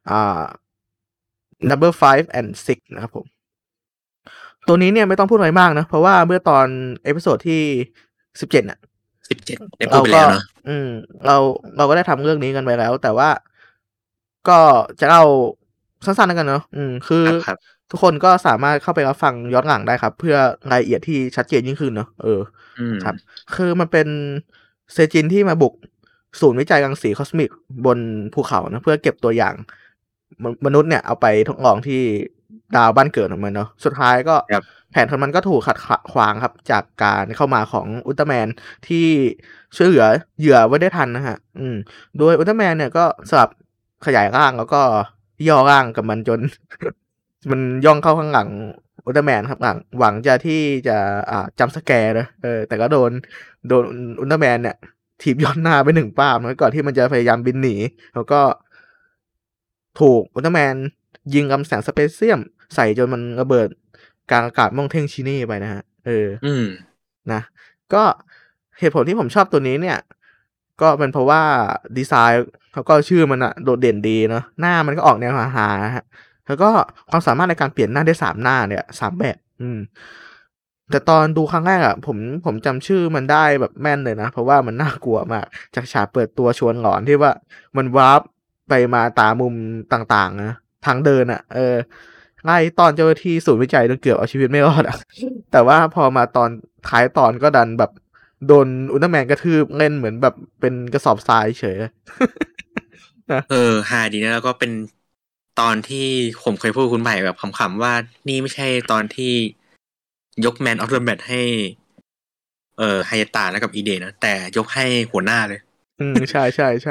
Number 5 and 6นะครับผมตัวนี้เนี่ยไม่ต้องพูดอะไรมากนะเพราะว่าเมื่อตอนเอพิโซดที่17น่ะ 17ได้พูดไปแล้วเนาะเราก็ได้ทำเรื่องนี้กันไปแล้วแต่ว่าก็จะเล่าสั้นๆกันเนาะคือทุกคนก็สามารถเข้าไปรับฟังย้อนหลังได้ครับเพื่อรายละเอียดที่ชัดเจนยิ่งขึ้นเนาะครับคือมันเป็นเซจินที่มาบุกศูนย์วิจัยรังสีคอสมิกบนภูเขานะเพื่อเก็บตัวอย่างมนุษย์เนี่ยเอาไปทดลองที่ดาวบ้านเกิดของมันเนาะสุดท้ายก็แผนของมันก็ถูกขัดขวางครับจากการเข้ามาของอุลตร้าแมนที่ช่วยเหลือเหยื่อไว้ได้ทันนะฮะโดยอุลตร้าแมนเนี่ยก็สลับขยายร่างแล้วก็ย่อร่างกับมันจน มันย่องเข้าข้างหลังอุลตร้าแมนครับหวังจะที่จะจัมป์สแกร์นะแต่ก็โดนอุลตร้าแมนเนี่ยถีบย้อนหน้าไป1 ป้าบก่อนที่มันจะพยายามบินหนีแล้วก็ถูกอุลตร้าแมนยิงลำแสงสเปเซียมใส่จนมันระเบิดกลางอากาศม่องเท่งชินี่ไปนะฮะนะก็เหตุผลที่ผมชอบตัวนี้เนี่ยก็เป็นเพราะว่าดีไซน์แล้วก็ชื่อมันอะโดดเด่นดีเนาะหน้ามันก็ออกแนวฮาๆฮะแล้วก็ความสามารถในการเปลี่ยนหน้าได้3หน้าเนี่ย3แบบแต่ตอนดูครั้งแรกอะผมจำชื่อมันได้แบบแม่นเลยนะเพราะว่ามันน่ากลัวมากจากฉากเปิดตัวชวนหลอนที่ว่ามันวาร์ปไปมาตามมุมต่างๆนะทางเดินอะไล่ตอนเจ้าหน้าที่ศูนย์วิจัยจนเกือบเอาชีวิตไม่รอดอะแต่ว่าพอมาตอนท้ายตอนก็ดันแบบโดนอุลตร้าแมนกระทืบเล่นเหมือนแบบเป็นกระสอบทรายเฉยนะหาดีนะแล้วก็เป็นตอนที่ผมเคยพูดคุณใหม่แบบขำๆว่านี่ไม่ใช่ตอนที่ยกแมนออฟเดอะแมทให้ไฮยาตะแล้วกับอีเดนะแต่ยกให้หัวหน้าเลยใช่ใช่ใช่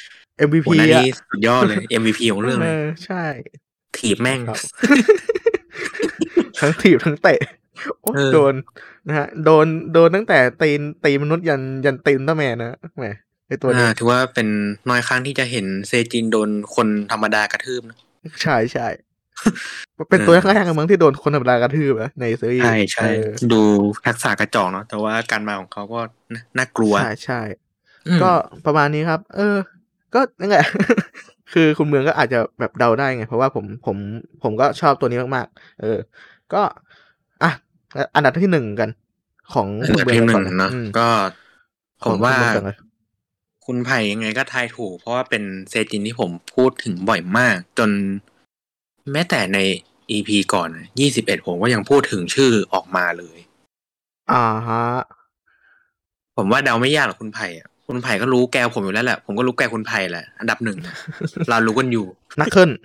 MVP หัวหน้านี่สุดยอดเลย MVP ของเรื่องเลยใช่ถีบแม่งทั้งถีบทั้งเตะโดนนะฮะโดนตั้งแต่ตีมนุษย์ยันตีนต้าแมนนะแหมไอตัวนี้ถือว่าเป็นน้อยครั้งที่จะเห็นเซจินโดนคนธรรมดากระทืบนะใช่ใช่เป็นตัวแรกๆมั้งที่โดนคนธรรมดากระทืบนะในซีรีส์ใช่ดูทักษะกระจอกเนาะแต่ว่าการมาของเขาก็น่ากลัวใช่ก็ประมาณนี้ครับก็นั่นแหละคือคุณเมืองก็อาจจะแบบเดาได้ไงเพราะว่าผมก็ชอบตัวนี้มากๆก็อันดับที่1กันของคุณเมืองก่อนนะก็ผมว่าคุณไผ่ยังไงก็ทายถูกเพราะว่าเป็นเซจินที่ผมพูดถึงบ่อยมากจนแม้แต่ใน EP ก่อน21ผมก็ยังพูดถึงชื่อออกมาเลยฮะผมว่าเดาไม่ยากหรอกคุณไผ่คุณไผ่ก็รู้แกผมอยู่แล้วแหละผมก็รู้แกคุณไผ่แหละอันดับ1เรารู้กันอยู่นักเคิล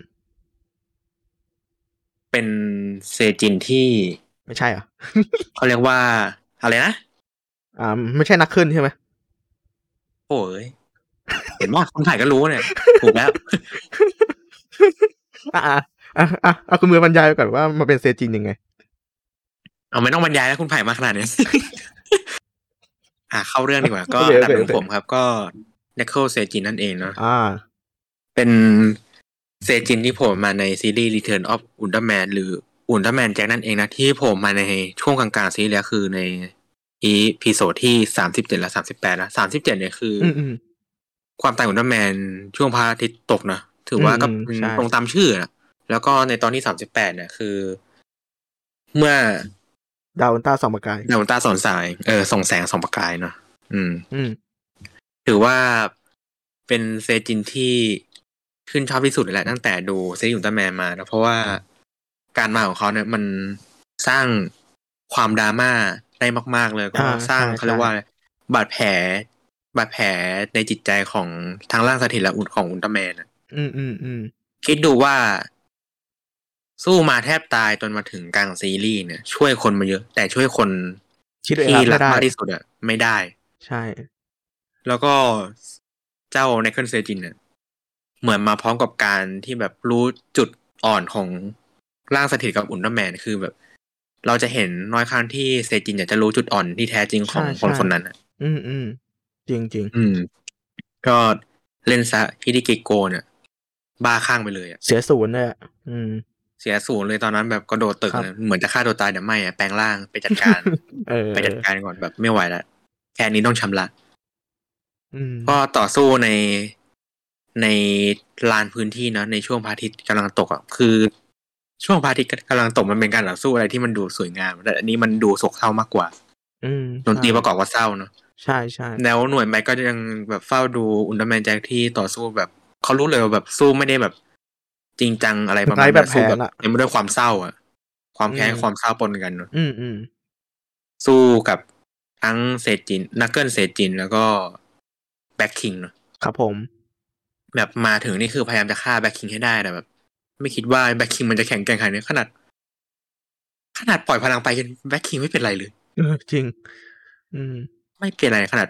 เป็นเซจินที่ไม่ใช่เหรอเขาเรียกว่าอะไรนะไม่ใช่นักเคิลใช่ไหมโอ้ยเห็นว่าคุณไผ่ก็รู้เนี่ยถูกแล้วคุณมือบรรยายก่อนว่ามันเป็นเซจินยังไงไม่ต้องบรรยายแล้วคุณไผ่มาขนาดนี้เข้าเรื่องดีกว่าก็อันดับของผมครับก็เนคเคิลเซจินนั่นเองเนาะเป็นเซจินที่โผล่มาในซีรีส์ Return of Ultraman หรือ Ultraman Jack นั่นเองนะที่โผล่มาในช่วงกลางๆซีรีส์คือในอีพิโซดที่37และ38นะ37เนี่ยคือความตายของอุลตร้าแมนช่วงพระอาทิตย์ตกนะถือว่าก็ตรงตามชื่อนะแล้วก็ในตอนที่38เนี่ยคือเมื่อดาวอุลตร้าส่องประกายดาวอุลตร้าส่องสายส่องแสงส่องประกายเนาะถือว่าเป็นเซจินที่ขึ้นชอบที่สุดแหละตั้งแต่ดูซีรีส์อุลตร้าแมนมานะเพราะว่าการมาของเขาเนี่ยมันสร้างความดราม่าได้มากๆเลยก็สร้างเขาเรียกว่าบาดแผลในจิตใจของทั้งร่างสถิตและของอุลตร้าแมนคิดดูว่าสู้มาแทบตายจนมาถึงกลางซีรีส์เนี่ยช่วยคนมาเยอะแต่ช่วยคนที่รักมากที่สุดอะไม่ได้ใช่แล้วก็เจ้าไนเคิลเซจินเนี่ยเหมือนมาพร้อมกับการที่แบบรู้จุดอ่อนของร่างสถิตกับอุลตร้าแมนคือแบบเราจะเห็นน้อยครั้งที่เซจินอยากจะรู้จุดอ่อนที่แท้จริงของคนนั้นอ่ะจริงก็เล่นซะฮิดิเกโกเนี่ยบ้าข้างไปเลยอ่ะเสียศูนย์เลยอ่ะเสียศูนย์เลยตอนนั้นแบบกระโดดตึกเหมือนจะฆ่าตัวตายแต่ไม่อ่ะแปลงร่างไปจัดการไปจัดการก่อนแบบไม่ไหวแล้วแค่นี้ต้องชำระก็ต่อสู้ในลานพื้นที่นะในช่วงพระอาทิตย์กำลังตกอ่ะคือช่วงพระอาทิตย์กำลังตกมันเป็นการต่อสู้อะไรที่มันดูสวยงามแต่อันนี้มันดูโศกเศร้ามากกว่าดนตรีประกอบว่าเศร้าเนาะใช่แล้วหน่วยไมค์ก็ยังแบบเฝ้าดูอุลตร้าแมนแจ็คที่ต่อสู้แบบเขารู้เลยว่าแบบสู้ไม่ได้แบบจริงจังอะไรประมาณนั้นสู้แบบเต็มไปด้วยความเศร้าอ่ะความแค้นความเศร้าปนกันเนาะสู้กับทั้งเซจินนักเกิลเซจินแล้วก็แบ็คคิงเนาะครับผมแบบมาถึงนี่คือพยายามจะฆ่าแบ็คคิงให้ได้แต่แบบไม่คิดว่าแบ็คคิงมันจะแข็งแกร่งขนาดนี้ขนาดปล่อยพลังไปแบ็คคิงไม่เป็นไรเลยจริงไม่เป็นไรขนาด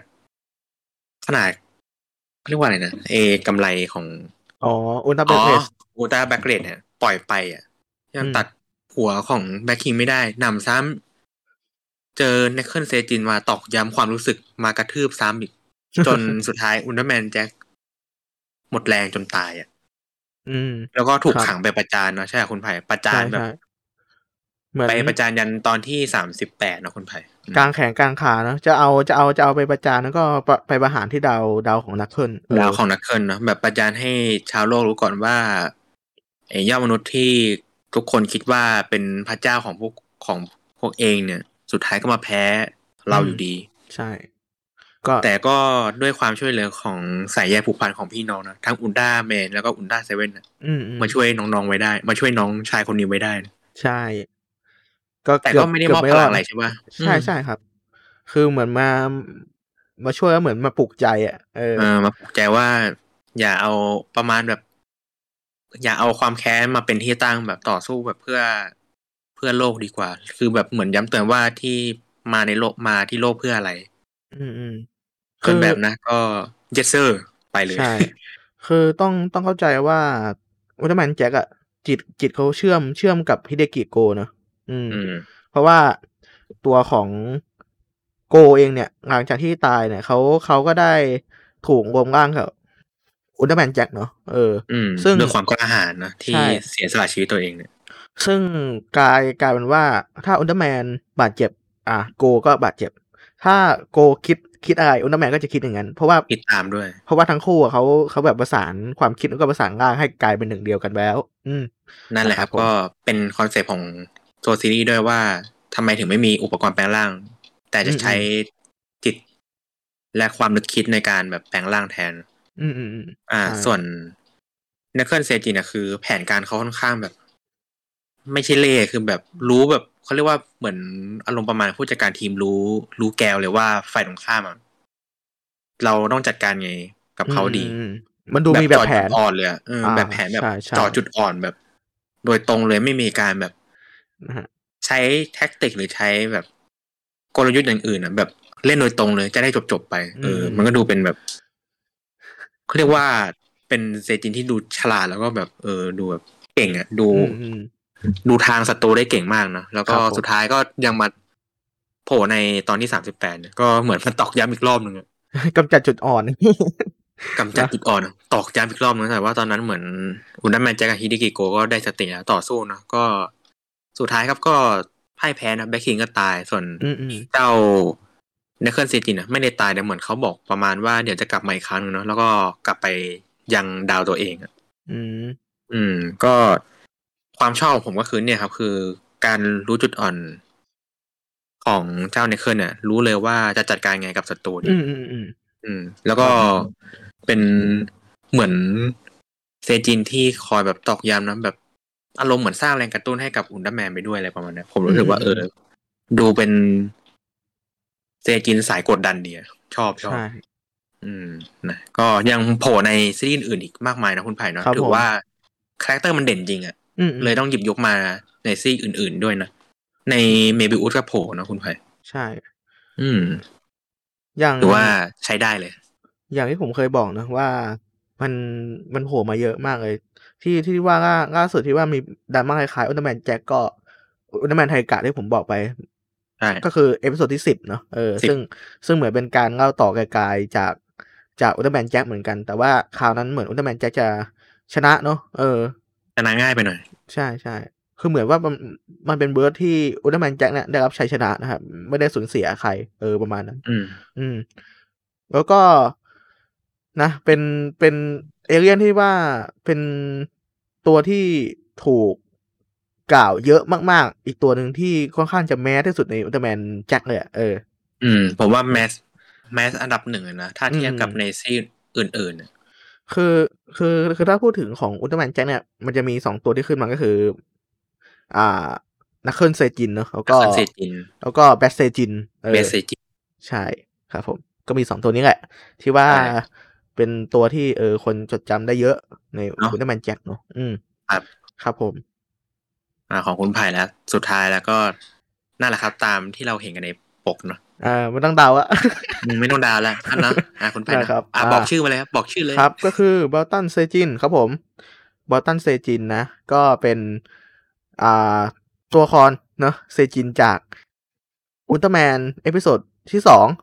เรียกว่าอะไรนะกำไรของอุลตร้าแบ็คเรดอุลตร้าแบ็คเรดเนี่ยปล่อยไปอ่ะยังตัดหัวของแบ็คคิงไม่ได้นำซ้ำเจอเนคเคิลเซจินมาตอกย้ำความรู้สึกมากระทืบซ้ำอีกจนสุดท้ายอุลตร้าแมนแจ็คหมดแรงจนตายอ่ะแล้วก็ถูกขังไปประจานเนาะใช่คุณไผ่ประจานแบบไปประจานยันตอนที่38เนาะคุณไผ่กลางแขนกลางขาเนาะจะเอาไปประจานแล้วก็ไปประหารที่ดาวของนักเคิลดาวของนักเคิลเนาะแบบประจานให้ชาวโลกรู้ก่อนว่ายอดมนุษย์ที่ทุกคนคิดว่าเป็นพระเจ้าของพวกเองเนี่ยสุดท้ายก็มาแพ้เราอยู่ดีใช่แต่ก็ด้วยความช่วยเหลือของสายใยผูกพันของพี่น้องนะทั้งอุลตร้าแมนแล้วก็อุลตร้าเซเว่นมาช่วยน้องๆไว้ได้มาช่วยน้องชายคนนี้ไว้ได้ใช่แต่ก็ไม่ได้มอบพลังอะไรใช่ป่ะใช่ครับคือเหมือนมาช่วยแล้วเหมือนมาปลุกใจอ่ะมาปลุกใจว่าอย่าเอาประมาณแบบอย่าเอาความแค้นมาเป็นที่ตั้งแบบต่อสู้แบบเพื่อโลกดีกว่าคือแบบเหมือนย้ำเตือนว่าที่มาในโลกมาที่โลกเพื่ออะไรคือแบบนะก็เยสเซอร์ไปเลยใช่คือต้องเข้าใจว่าอุลตร้าแมนแจ็คอะจิตเขาเชื่อมกับฮิเดกิโกเนอะเพราะว่าตัวของโกเองเนี่ยหลังจากที่ตายเนี่ยเขาก็ได้ถูกรวมร่างกับอุลตร้าแมนแจ็คเนาะซึ่งด้วยความกล้าหาญนะที่เสียสละชีวิตตัวเองเนี่ยซึ่งกลายเป็นว่าถ้าอุลตร้าแมนบาดเจ็บโกก็บาดเจ็บถ้าโกคิดอะไรอุลตร้าแมนก็จะคิดอย่างนั้นเพราะว่าคิดตามด้วยเพราะว่าทั้งคู่เขาแบบประสานความคิดแล้วก็ประสานร่างให้กลายเป็นหนึ่งเดียวกันแล้วนั่นแหละครับก็เป็นคอนเซ็ปต์ของตัวซีรีส์ด้วยว่าทำไมถึงไม่มีอุปกรณ์แปลงร่างแต่จะใช้จิตและความนึกคิดในการแบบแปลงร่างแทนส่วนเนคเคิลเซจินนะคือแผนการเขาค่อนข้างแบบไม่ใช่เล่คือแบบรู้แบบเขาเรียกว่าเหมือนอารมณ์ประมาณผู้จัดการทีมรู้แกวเลยว่าฝ่ายตรงข้ามเราต้องจัดการไงกับเขาดีมันดูมีแบบแผนอ่อนเลยแบบแผนแบบจ่อจุดอ่อนแบบโดยตรงเลยไม่มีการแบบใช้แท็กติกหรือใช้แบบกลยุทธ์อย่างอื่นแบบเล่นโดยตรงเลยจะได้จบไปมันก็ดูเป็นแบบเขาเรียกว่าเป็นเซจินที่ดูฉลาดแล้วก็แบบดูแบบเก่งดูทางศัตรูได้เก่งมากนะแล้วก็สุดท้ายก็ยังมาโผล่ในตอนที่38เนี่ยก็เหมือนมันตอกย้ำอีกรอบนึงกำจัดจุดอ่อนกำจัดจุดอ่อนตอกย้ำอีกรอบนึงแต่ว่าตอนนั้นเหมือนอุลตร้าแมนแจ็คกับฮิดิกิโกก็ได้สติแล้วต่อสู้นะก็สุดท้ายครับก็พ่ายแพ้นะแบ็คคิงก็ตายส่วนเจ้าเนคเคิลเซจินไม่ได้ตายแต่เหมือนเขาบอกประมาณว่าเดี๋ยวจะกลับมาอีกครั้งนึงเนาะแล้วก็กลับไปยังดาวตัวเองก็ความชอบของผมก็คือเนี่ยครับคือการรู้จุดอ่อนของเจ้าเนคเคิลเนี่ยรู้เลยว่าจะจัดการไงกับศัตรูแล้วก็เป็นเหมือนเซจินที่คอยแบบตอกย้ำนะแบบอารมณ์เหมือนสร้างแรงกระตุ้นให้กับอุลตร้าแมนไปด้วยอะไรประมาณนี้ผมรู้สึกว่าดูเป็นเซจินสายกดดันดีชอบใช่นะก็ยังโผล่ในซีรีส์อื่นอีกมากมายนะคุณไผ่เนาะถือว่าคาแรคเตอร์มันเด่นจริงเลยต้องหยิบยกมาในซีรีส์อื่นๆด้วยนะในเมบิอุสก็โผล่นะคุณไผ่ใช่อย่างถือว่าใช้ได้เลยอย่างที่ผมเคยบอกนะว่ามันโผล่มาเยอะมากเลยที่ว่าล่าสุดที่ว่ามีดราม่าคล้ายๆอุลตร้าแมนแจ็คก็อุลตร้าแมนไทกะที่ผมบอกไปก็คือเอพิโซดที่10เนาะซึ่งเหมือนเป็นการเล่าต่อไกลๆจากอุลตร้าแมนแจ็คเหมือนกันแต่ว่าคราวนั้นเหมือนอุลตร้าแมนแจ็คจะชนะเนาะชนะง่ายไปหน่อยใช่คือเหมือนว่ามันเป็นเบิร์ดที่อุลตร้าแมนแจ็คเนี่ยได้รับชัยชนะนะครับไม่ได้สูญเสียใครประมาณนั้นแล้วก็นะเป็นเอเลี่ยนที่ว่าเป็นตัวที่ถูกกล่าวเยอะมากๆอีกตัวหนึ่งที่ค่อนข้างจะแมสที่สุดในอุลตร้าแมนแจ็คเลยผมว่าแมสอันดับหนึ่งนะถ้าเทียบกับในซีรีส์อื่นๆคือถ้าพูดถึงของอุลตร้าแมนแจ็คเนี่ยมันจะมี2ตัวที่ขึ้นมาก็คือนักเคิลเซจินเนาะแล้วก็แบทเซจินใช่ครับผมก็มี2ตัวนี้แหละที่ว่าเป็นตัวที่คนจดจำได้เยอะในอุลตร้าแมนแจ็คเนาะครับผมของคุณไผ่แล้วสุดท้ายแล้วก็นั่นแหละครับตามที่เราเห็นกันในปกเนาะไม่ต้องเดาอะไม่ต้องเดาแล้วอันนะคุณไผ่นะครับบอกชื่อมาเลยครับบอกชื่อเลยครับก็คือบอลตันเซจินครับผมบอลตันเซจินนะก็เป็นตัวละครเนาะเซจินจากอุลตร้าแมนเอพิโซดที่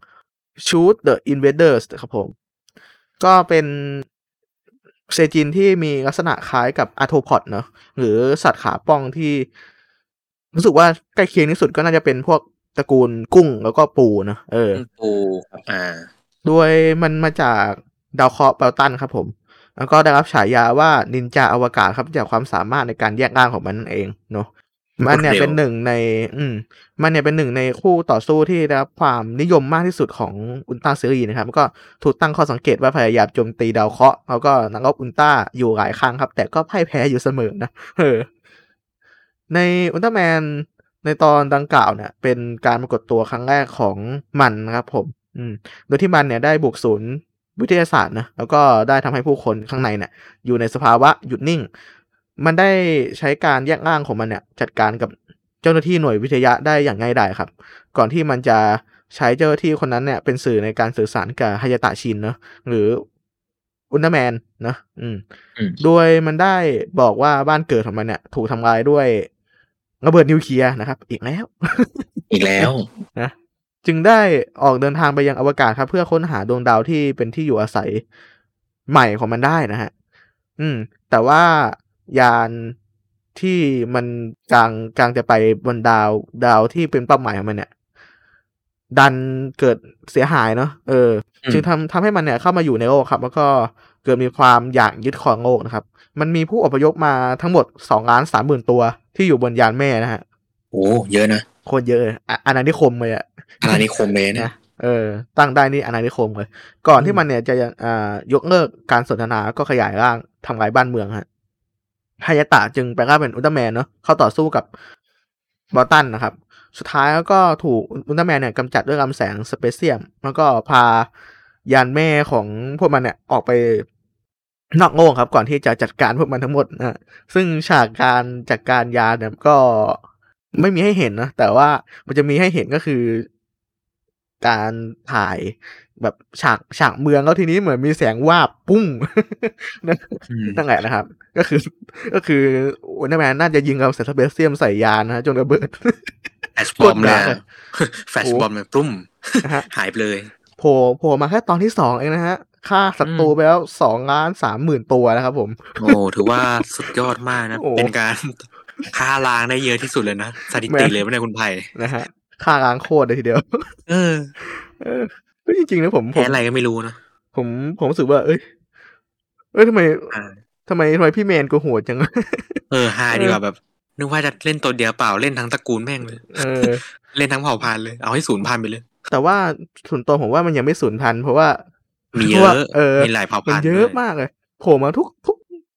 2 Shoot the Invaders ครับผมก็เป็นเซจินที่มีลักษณะคล้ายกับอาร์โทพอดเนาะหรือสัตว์ขาป้องที่รู้สึกว่าใกล้เคียงที่สุดก็น่าจะเป็นพวกตระกูลกุ้งแล้วก็ปูเนาะปูโดยมันมาจากดาวเคราะห์เบลตันครับผมแล้วก็ได้รับฉายาว่านินจาอวกาศครับจากความสามารถในการแยกร่างของมันนั่นเองเนาะมันเนี่ยเป็นหนึ่งในคู่ต่อสู้ที่ได้รับความนิยมมากที่สุดของอุลตร้าซีรีส์นะครับก็ถูกตั้งข้อสังเกตว่าพยายามโจมตีดาวเคราะห์แล้วก็นักรบอุลตร้าอยู่หลายครั้งครับแต่ก็พ่ายแพ้อยู่เสมอนะในอุลตร้าแมนในตอนดังกล่าวเนี่ยเป็นการปรากฏตัวครั้งแรกของมันนะครับผมโดยที่มันเนี่ยได้บุกศูนย์วิทยาศาสตร์นะแล้วก็ได้ทำให้ผู้คนข้างในเนี่ยอยู่ในสภาวะหยุดนิ่งมันได้ใช้การแยกร่างของมันเนี่ยจัดการกับเจ้าหน้าที่หน่วยวิทยาได้อย่างง่ายดายครับก่อนที่มันจะใช้เจ้าหน้าที่คนนั้นเนี่ยเป็นสื่อในการสื่อสารกับฮายาตะชินเนาะหรืออุลตร้าแมนนะโดยมันได้บอกว่าบ้านเกิดของมันเนี่ยถูกทำลายด้วยระเบิดนิวเคลียร์นะครับอีกแล้วนะจึงได้ออกเดินทางไปยังอวกาศครับเพื่อค้นหาดวงดาวที่เป็นที่อยู่อาศัยใหม่ของมันได้นะฮะแต่ว่ายานที่มันกลางจะไปบนดาวที่เป็นเป้าหมายของมันเนี่ยดันเกิดเสียหายเนาะจึงทำให้มันเนี่ยเข้ามาอยู่ในโลกครับแล้วก็เกิดมีความอยากยึดครองโลกนะครับมันมีผู้อพยพมาทั้งหมด 2,30,000 ตัวที่อยู่บนยานแม่นะฮะโอ้เยอะนะโคตรเยอะอาณานิคมเลยอะอาณานิคมเลยนะตั้งได้นี่อาณานิคมเลยก่อนที่มันเนี่ยจะยกเลิกการสนทนาก็ขยายร่างทำลายบ้านเมืองฮะฮายาตะจึงแปลงร่างเป็นอุลตร้าแมนเนาะเข้าต่อสู้กับบอลตันนะครับสุดท้ายก็ถูกอุลตร้าแมนเนี่ยกำจัดด้วยลำแสงสเปเซียมแล้วก็พายานแม่ของพวกมันเนี่ยออกไปนอกโลกครับก่อนที่จะจัดการพวกมันทั้งหมดนะซึ่งฉากการจัดการยานเนี่ยก็ไม่มีให้เห็นนะแต่ว่ามันจะมีให้เห็นก็คือการถ่ายแบบฉากเมืองแล้วทีนี้เหมือนมีแสงวาบปุ้งนั่นแหละนะครับก็คืออุลตร้าแมนน่าจะยิงเอาแสงสเปเซียมใส่ยานนะจนระเบิดแฟชบอมเลยแฟชบอมเลยปุ้มหายไปเลยโผล่มาแค่ตอนที่2เองนะฮะฆ่าศัตรูไปแล้ว 2,30,000 ตัวนะครับผมโอ้ถือว่าสุดยอดมากนะเป็นการฆ่าล้างได้เยอะที่สุดเลยนะสถิติเลยไม่ได้คุณไผ่นะฮะฆ่าล้างโคตรเลยทีเดียวก็จริงๆนะผมอะไรก็ไม่รู้นะผมรู้สึกว่าเอ้ยทำไมพี่แมนกูโหดจังฮาดีกว่าแบบนึกว่าจะเล่นตัวเดียวเปล่าเล่นทั้งตระกูลแม่งเลยเล่นทั้งเผ่าพันธุ์เลยเอาให้0,000ไปเลยแต่ว่าส่วนตัวผมว่ามันยังไม่0,000เพราะว่ามีเยอะมีหลายเผ่าพันธุ์มันเยอะมากเลยโผล่มาทุก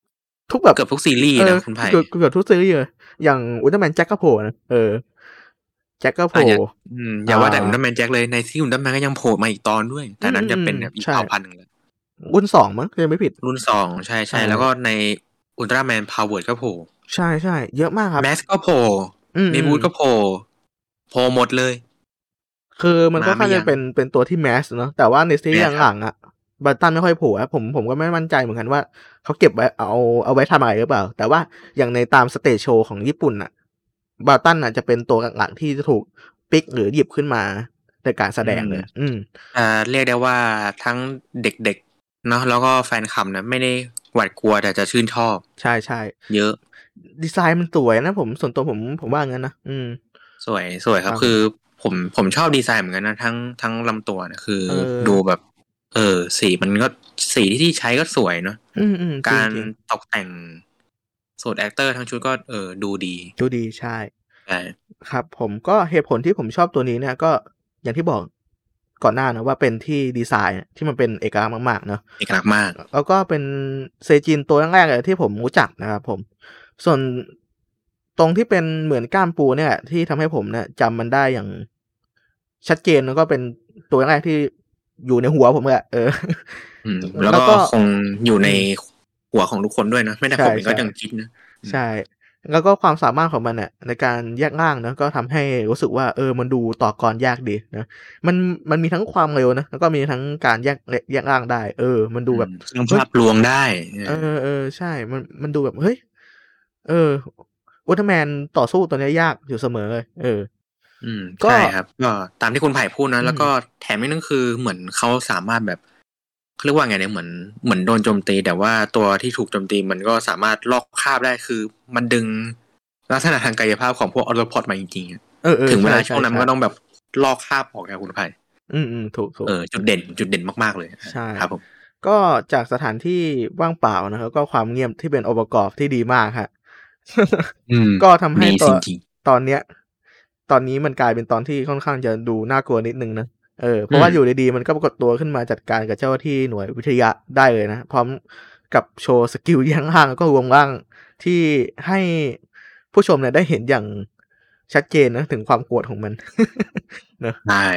ทุกแบบเกือบทุกซีรีส์นะคุณไผ่เกือบทุกซีรีส์เลยอย่างอุลตร้าแมนแจ็คก็โผล่นะแจ็คก็โผล่อย่าว่าแต่อุลตร้าแมนแจ็คเลยในซีรีส์อุลตร้าแมนก็ยังโผล่มาอีกตอนด้วยแต่นั้นจะเป็นแบบอีกเผ่าพันธุ์นึงเลยรุ่น2มั้งยังไม่ผิดรุ่น2ใช่แล้วก็ในอุลตร้าแมนพาวเวิร์ดก็โผล่ใช่เยอะมากครับแมสก็โผล่เมบูธก็โผล่หมดเลยคือมันก็ค่อนข้างจะเป็นตัวที่แมสเนาะแต่ว่าในซีรีส์หลังๆอ่ะบัตตันไม่ค่อยโผล่ผมก็ไม่มั่นใจเหมือนกันว่าเขาเก็บไว้เอาไว้ทำอะไรหรือเปล่าแต่ว่าอย่างในตามสเตจโชว์ของญี่ปุ่นอ่ะบัตตันอ่ะจะเป็นตัวหลักๆที่จะถูกปิกหรือหยิบขึ้นมาในการแสดงเลยเรียกได้ว่าทั้งเด็กๆเนาะแล้วก็แฟนคลับนะไม่ได้หวาดกลัวแต่จะชื่นชอบใช่เยอะดีไซน์มันสวยนะส่วนตัวผมว่างั้นนะสวยครับคือผมชอบดีไซน์เหมือนกันนะทั้งลำตัวนะคือดูแบบสีมันก็สีที่ใช้ก็สวยเนาะการตกแต่งสูตรแอคเตอร์ทั้งชุดก็ดูดีใช่ครับผมก็เหตุผลที่ผมชอบตัวนี้เนี่ยก็อย่างที่บอกก่อนหน้านะว่าเป็นที่ดีไซน์ที่มันเป็นเอกลักษณ์มากๆเนาะเอกลักษณ์มากแล้วก็เป็นเซจินตัวแรกๆเลยที่ผมรู้จักนะครับผมส่วนตรงที่เป็นเหมือนก้ามปูเนี่ยที่ทำให้ผมเนี่ยจำมันได้อย่างชัดเจนแล้วก็เป็นตัวแรกที่อยู่ในหัวผมแหละแล้วก็คงอยู่ในหัวของทุกคนด้วยนะไม่แต่ผมเองก็ยังคิดนะใช่แล้วก็ความสามารถของมันเนี่ยในการแยกร่างนะก็ทำให้รู้สึกว่ามันดูต่อกรยากดีนะมันมีทั้งความเร็วนะแล้วก็มีทั้งการแยกร่างได้มันดูแบบภาพลวงได้ใช่มันดูแบบเฮ้ยอุลตร้าแมนต่อสู้ตัวนี้ยากอยู่เสมอเลยใช่ครับก็ตามที่คุณไผ่พูดนะแล้วก็แถมนิดนึงคือเหมือนเขาสามารถแบบเขาเรียกว่าไงเนี่ยเหมือนโดนโจมตีแต่ว่าตัวที่ถูกโจมตีมันก็สามารถลอกคราบได้คือมันดึงลักษณะทางกายภาพของพวกออโตพอดมาจริงๆถึงเวลาช่วงนั้นมันก็ต้องแบบลอกคราบออกจากคุณไผ่ถูกจุดเด่นมากๆเลยใช่ครับผมก็จากสถานที่ว่างเปล่านะครับก็ความเงียบที่เป็นองค์ประกอบที่ดีมากฮะก็ทำให้ตอนนี้มันกลายเป็นตอนที่ค่อนข้างจะดูน่ากลัวนิดนึงนะเพราะว่าอยู่ดีๆมันก็ปรากฏตัวขึ้นมาจัดการกับเจ้าหน้าที่หน่วยวิทยาได้เลยนะพร้อมกับโชว์สกิลย่างร่างแล้วก็รวมร่างที่ให้ผู้ชมเนี่ยได้เห็นอย่างชัดเจนนะถึงความโกรธของมันเนอะใช่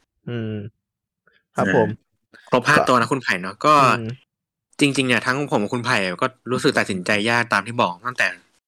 ครับผมครบ5ตัวนะคุณไผ่เนาะก็จริงๆเนี่ยทั้งผมกับคุณไผ่ก็รู้สึกตัดสินใจยากตามที่บอกตั้งแต่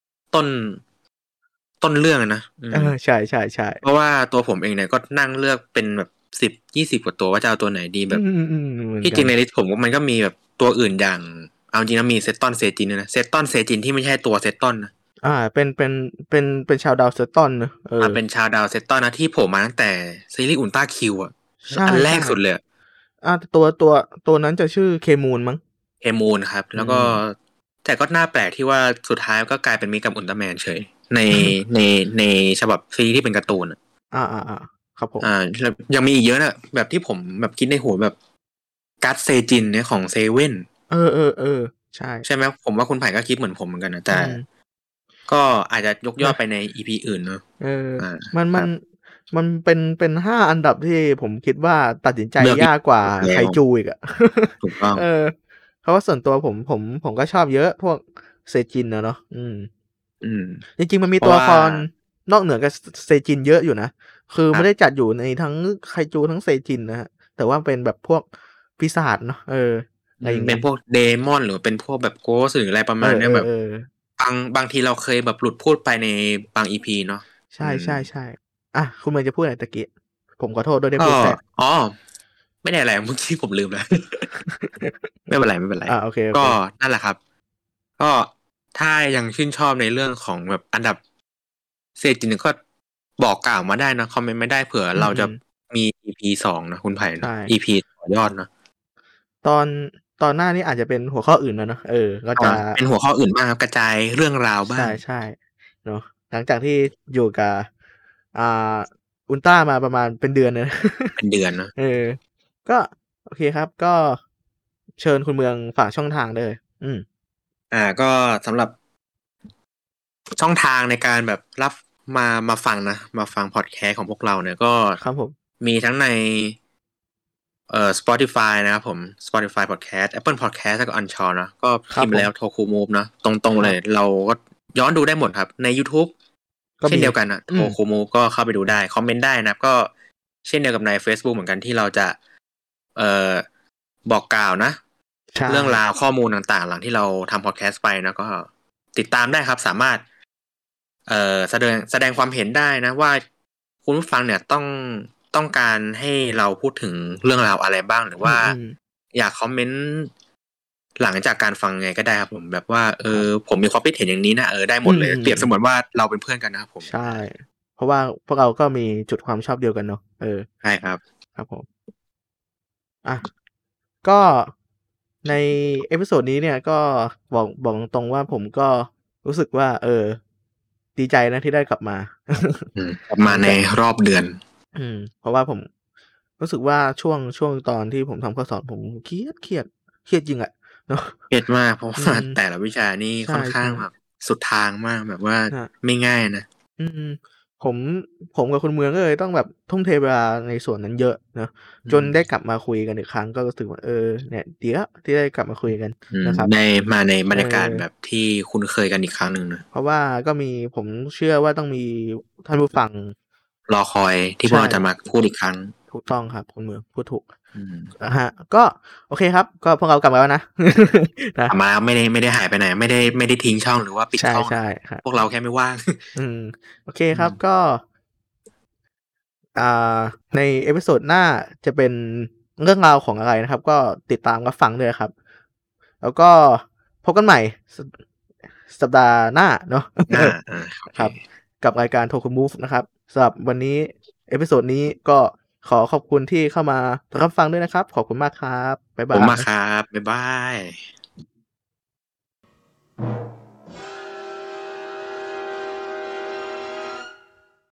ต้นเรื่องนะใช่เพราะว่าตัวผมเองเนี่ยก็นั่งเลือกเป็นแบบ10-20 กว่าตัวว่าจะเอาตัวไหนดีแบบที่จริงในลิสต์ผมมันก็มีแบบตัวอื่นอย่างเอาจริงนะมีเซตตอนเซจินนะเซตตอนเซจินที่ไม่ใช่ตัวเซตตอนนะเป็นชาวดาวเซตตอนนะเป็นชาวดาวเซตตอนนะที่โผล่มาตั้งแต่ซีรีส์อุลตร้าคิวอันแรกสุดเลยตัวนั้นจะชื่อเคมูนมั้งเคมูนครับแล้วก็แต่ก็น่าแปลกที่ว่าสุดท้ายก็กลายเป็นมิตรกับอุลตร้าแมนเฉยในฉบับซีรีส์ที่เป็นการ์ตูนครับผมยังมีอีกเยอะนะแบบที่ผมแบบคิดในหัวแบบการ์ดเซจินเนี่ยของเซเว่นใช่ไหมผมว่าคุณไผ่ก็คิดเหมือนผมเหมือนกันนะแต่ก็อาจจะยกยอดไปในอีพีอื่นเนอะมันเป็น5 อันดับที่ผมคิดว่าตัดสินใจยากกว่าไคจูอีกอ่ะถูกต้องเพราะว่าส่วนตัวผมก็ชอบเยอะพวกเซจินนะเนาะจริงๆมันมีตัวละครนอกเหนือกับเซจินเยอะอยู่นะคือไม่ได้จัดอยู่ในทั้งไคจูทั้งเซจินนะฮะแต่ว่าเป็นแบบพวกปีศาจเนาะอะไรอย่างเงี้ยเป็นพวกเดมอนหรือเป็นพวกแบบโกสหรืออะไรประมาณนี้แบบบางทีเราเคยแบบหลุดพูดไปในบางอีพีเนาะใช่คุณเมย์จะพูดอะไรตะกี้ผมขอโทษด้วยได้พูดแทรกไม่ได้อะไรเมื่อกี้ผมลืมแล้ว ไม่เป็นไรโอเคก็นั่นแหละครับก็ถ้ายังชื่นชอบในเรื่องของแบบอันดับเซจินก็บอกกล่าวมาได้นะคอมเมนต์ไม่ได้เผื่อเราจะมี EP 2นะคุณไผ่นะ EP ต่อยอดนะตอนหน้านี้อาจจะเป็นหัวข้ออื่นนะเนาะก็จะเป็นหัวข้ออื่นบ้างครับกระจายเรื่องราวบ้างใช่เนาะหลังจากที่อยู่กับอุลตร้ามาประมาณเป็นเดือนนะเป็นเดือนนะก็โอเคครับก็เชิญคุณเมืองฝากช่องทางเลยก็สำหรับช่องทางในการแบบรับมาฟังนะมาฟังพอดแคสต์ของพวกเราเนี่ยก็ครับผมมีทั้งใน Spotify นะครับผม Spotify Podcast Apple Podcast แล้วก็ Anchor นะก็พิมพ์แล้วโทคูมูฟเนาะตรงๆเลยเราก็ย้อนดูได้หมดครับใน YouTube เช่นเดียวกันนะโทคูมูฟก็เข้าไปดูได้คอมเมนต์ได้นะครับก็เช่นเดียวกับใน Facebook เหมือนกันที่เราจะบอกกล่าวนะเรื่องราวข้อมูลต่างๆหลังที่เราทำพอดแคสต์ไปนะก็ติดตามได้ครับสามารถแสดงความเห็นได้นะว่าคุณผู้ฟังเนี่ยต้องการให้เราพูดถึงเรื่องราวอะไรบ้างหรือว่าอยากคอมเมนต์หลังจากการฟังไงก็ได้ครับผมแบบว่าผมมีความคิดเห็นอย่างนี้นะได้หมดเลยเปรียบเสมือนว่าเราเป็นเพื่อนกันนะครับผมใช่เพราะว่าพวกเราก็มีจุดความชอบเดียวกันเนาะใช่ครับครับผมก็ในเอพิโซดนี้เนี่ยก็บอกตรงว่าผมก็รู้สึกว่าดีใจนะที่ได้กลับมากลับมาในรอบเดือนเพราะว่าผมรู้สึกว่าช่วงตอนที่ผมทำข้อสอบผมเครียดจริงอะเนาะเครียดมากเพราะว่าแต่ละวิชานี่ค่อนข้างแบบสุดทางมากแบบว่าไม่ง่ายนะผมกับคุณเมืองก็เลยต้องแบบทุ่มเทเวลาในส่วนนั้นเยอะเนาะจนได้กลับมาคุยกันอีกครั้งก็รู้สึกว่าเนี่ยดีแล้วที่ได้กลับมาคุยกันนะครับได้มาในบรรยากาศแบบที่คุ้นเคยกันอีกครั้งหนึ่งนะเพราะว่าก็มีผมเชื่อว่าต้องมีท่านผู้ฟังรอคอยที่พวกเราจะมาพูดอีกครั้งถูกต้องครับคุณเมืองพูดถูกก็โอเคครับก็พวกเรากลับมาแล้วนะกลับมาไม่ได้หายไปไหนไม่ได้ทิ้งช่องหรือว่าปิดช่องใช่ครับพวกเราแค่ไม่ว่างโอเคครับก็ในเอพิโซดหน้าจะเป็นเรื่องราวของอะไรนะครับก็ติดตามรับฟังด้วยครับแล้วก็พบกันใหม่สัปดาห์หน้าเนาะครับกับรายการโทคุมูฟนะครับสำหรับวันนี้เอพิโซดนี้ก็ขอขอบคุณที่เข้ามารับฟังด้วยนะครับขอบคุณมากครับบ๊ายบายผมมาครับบ๊ายบาย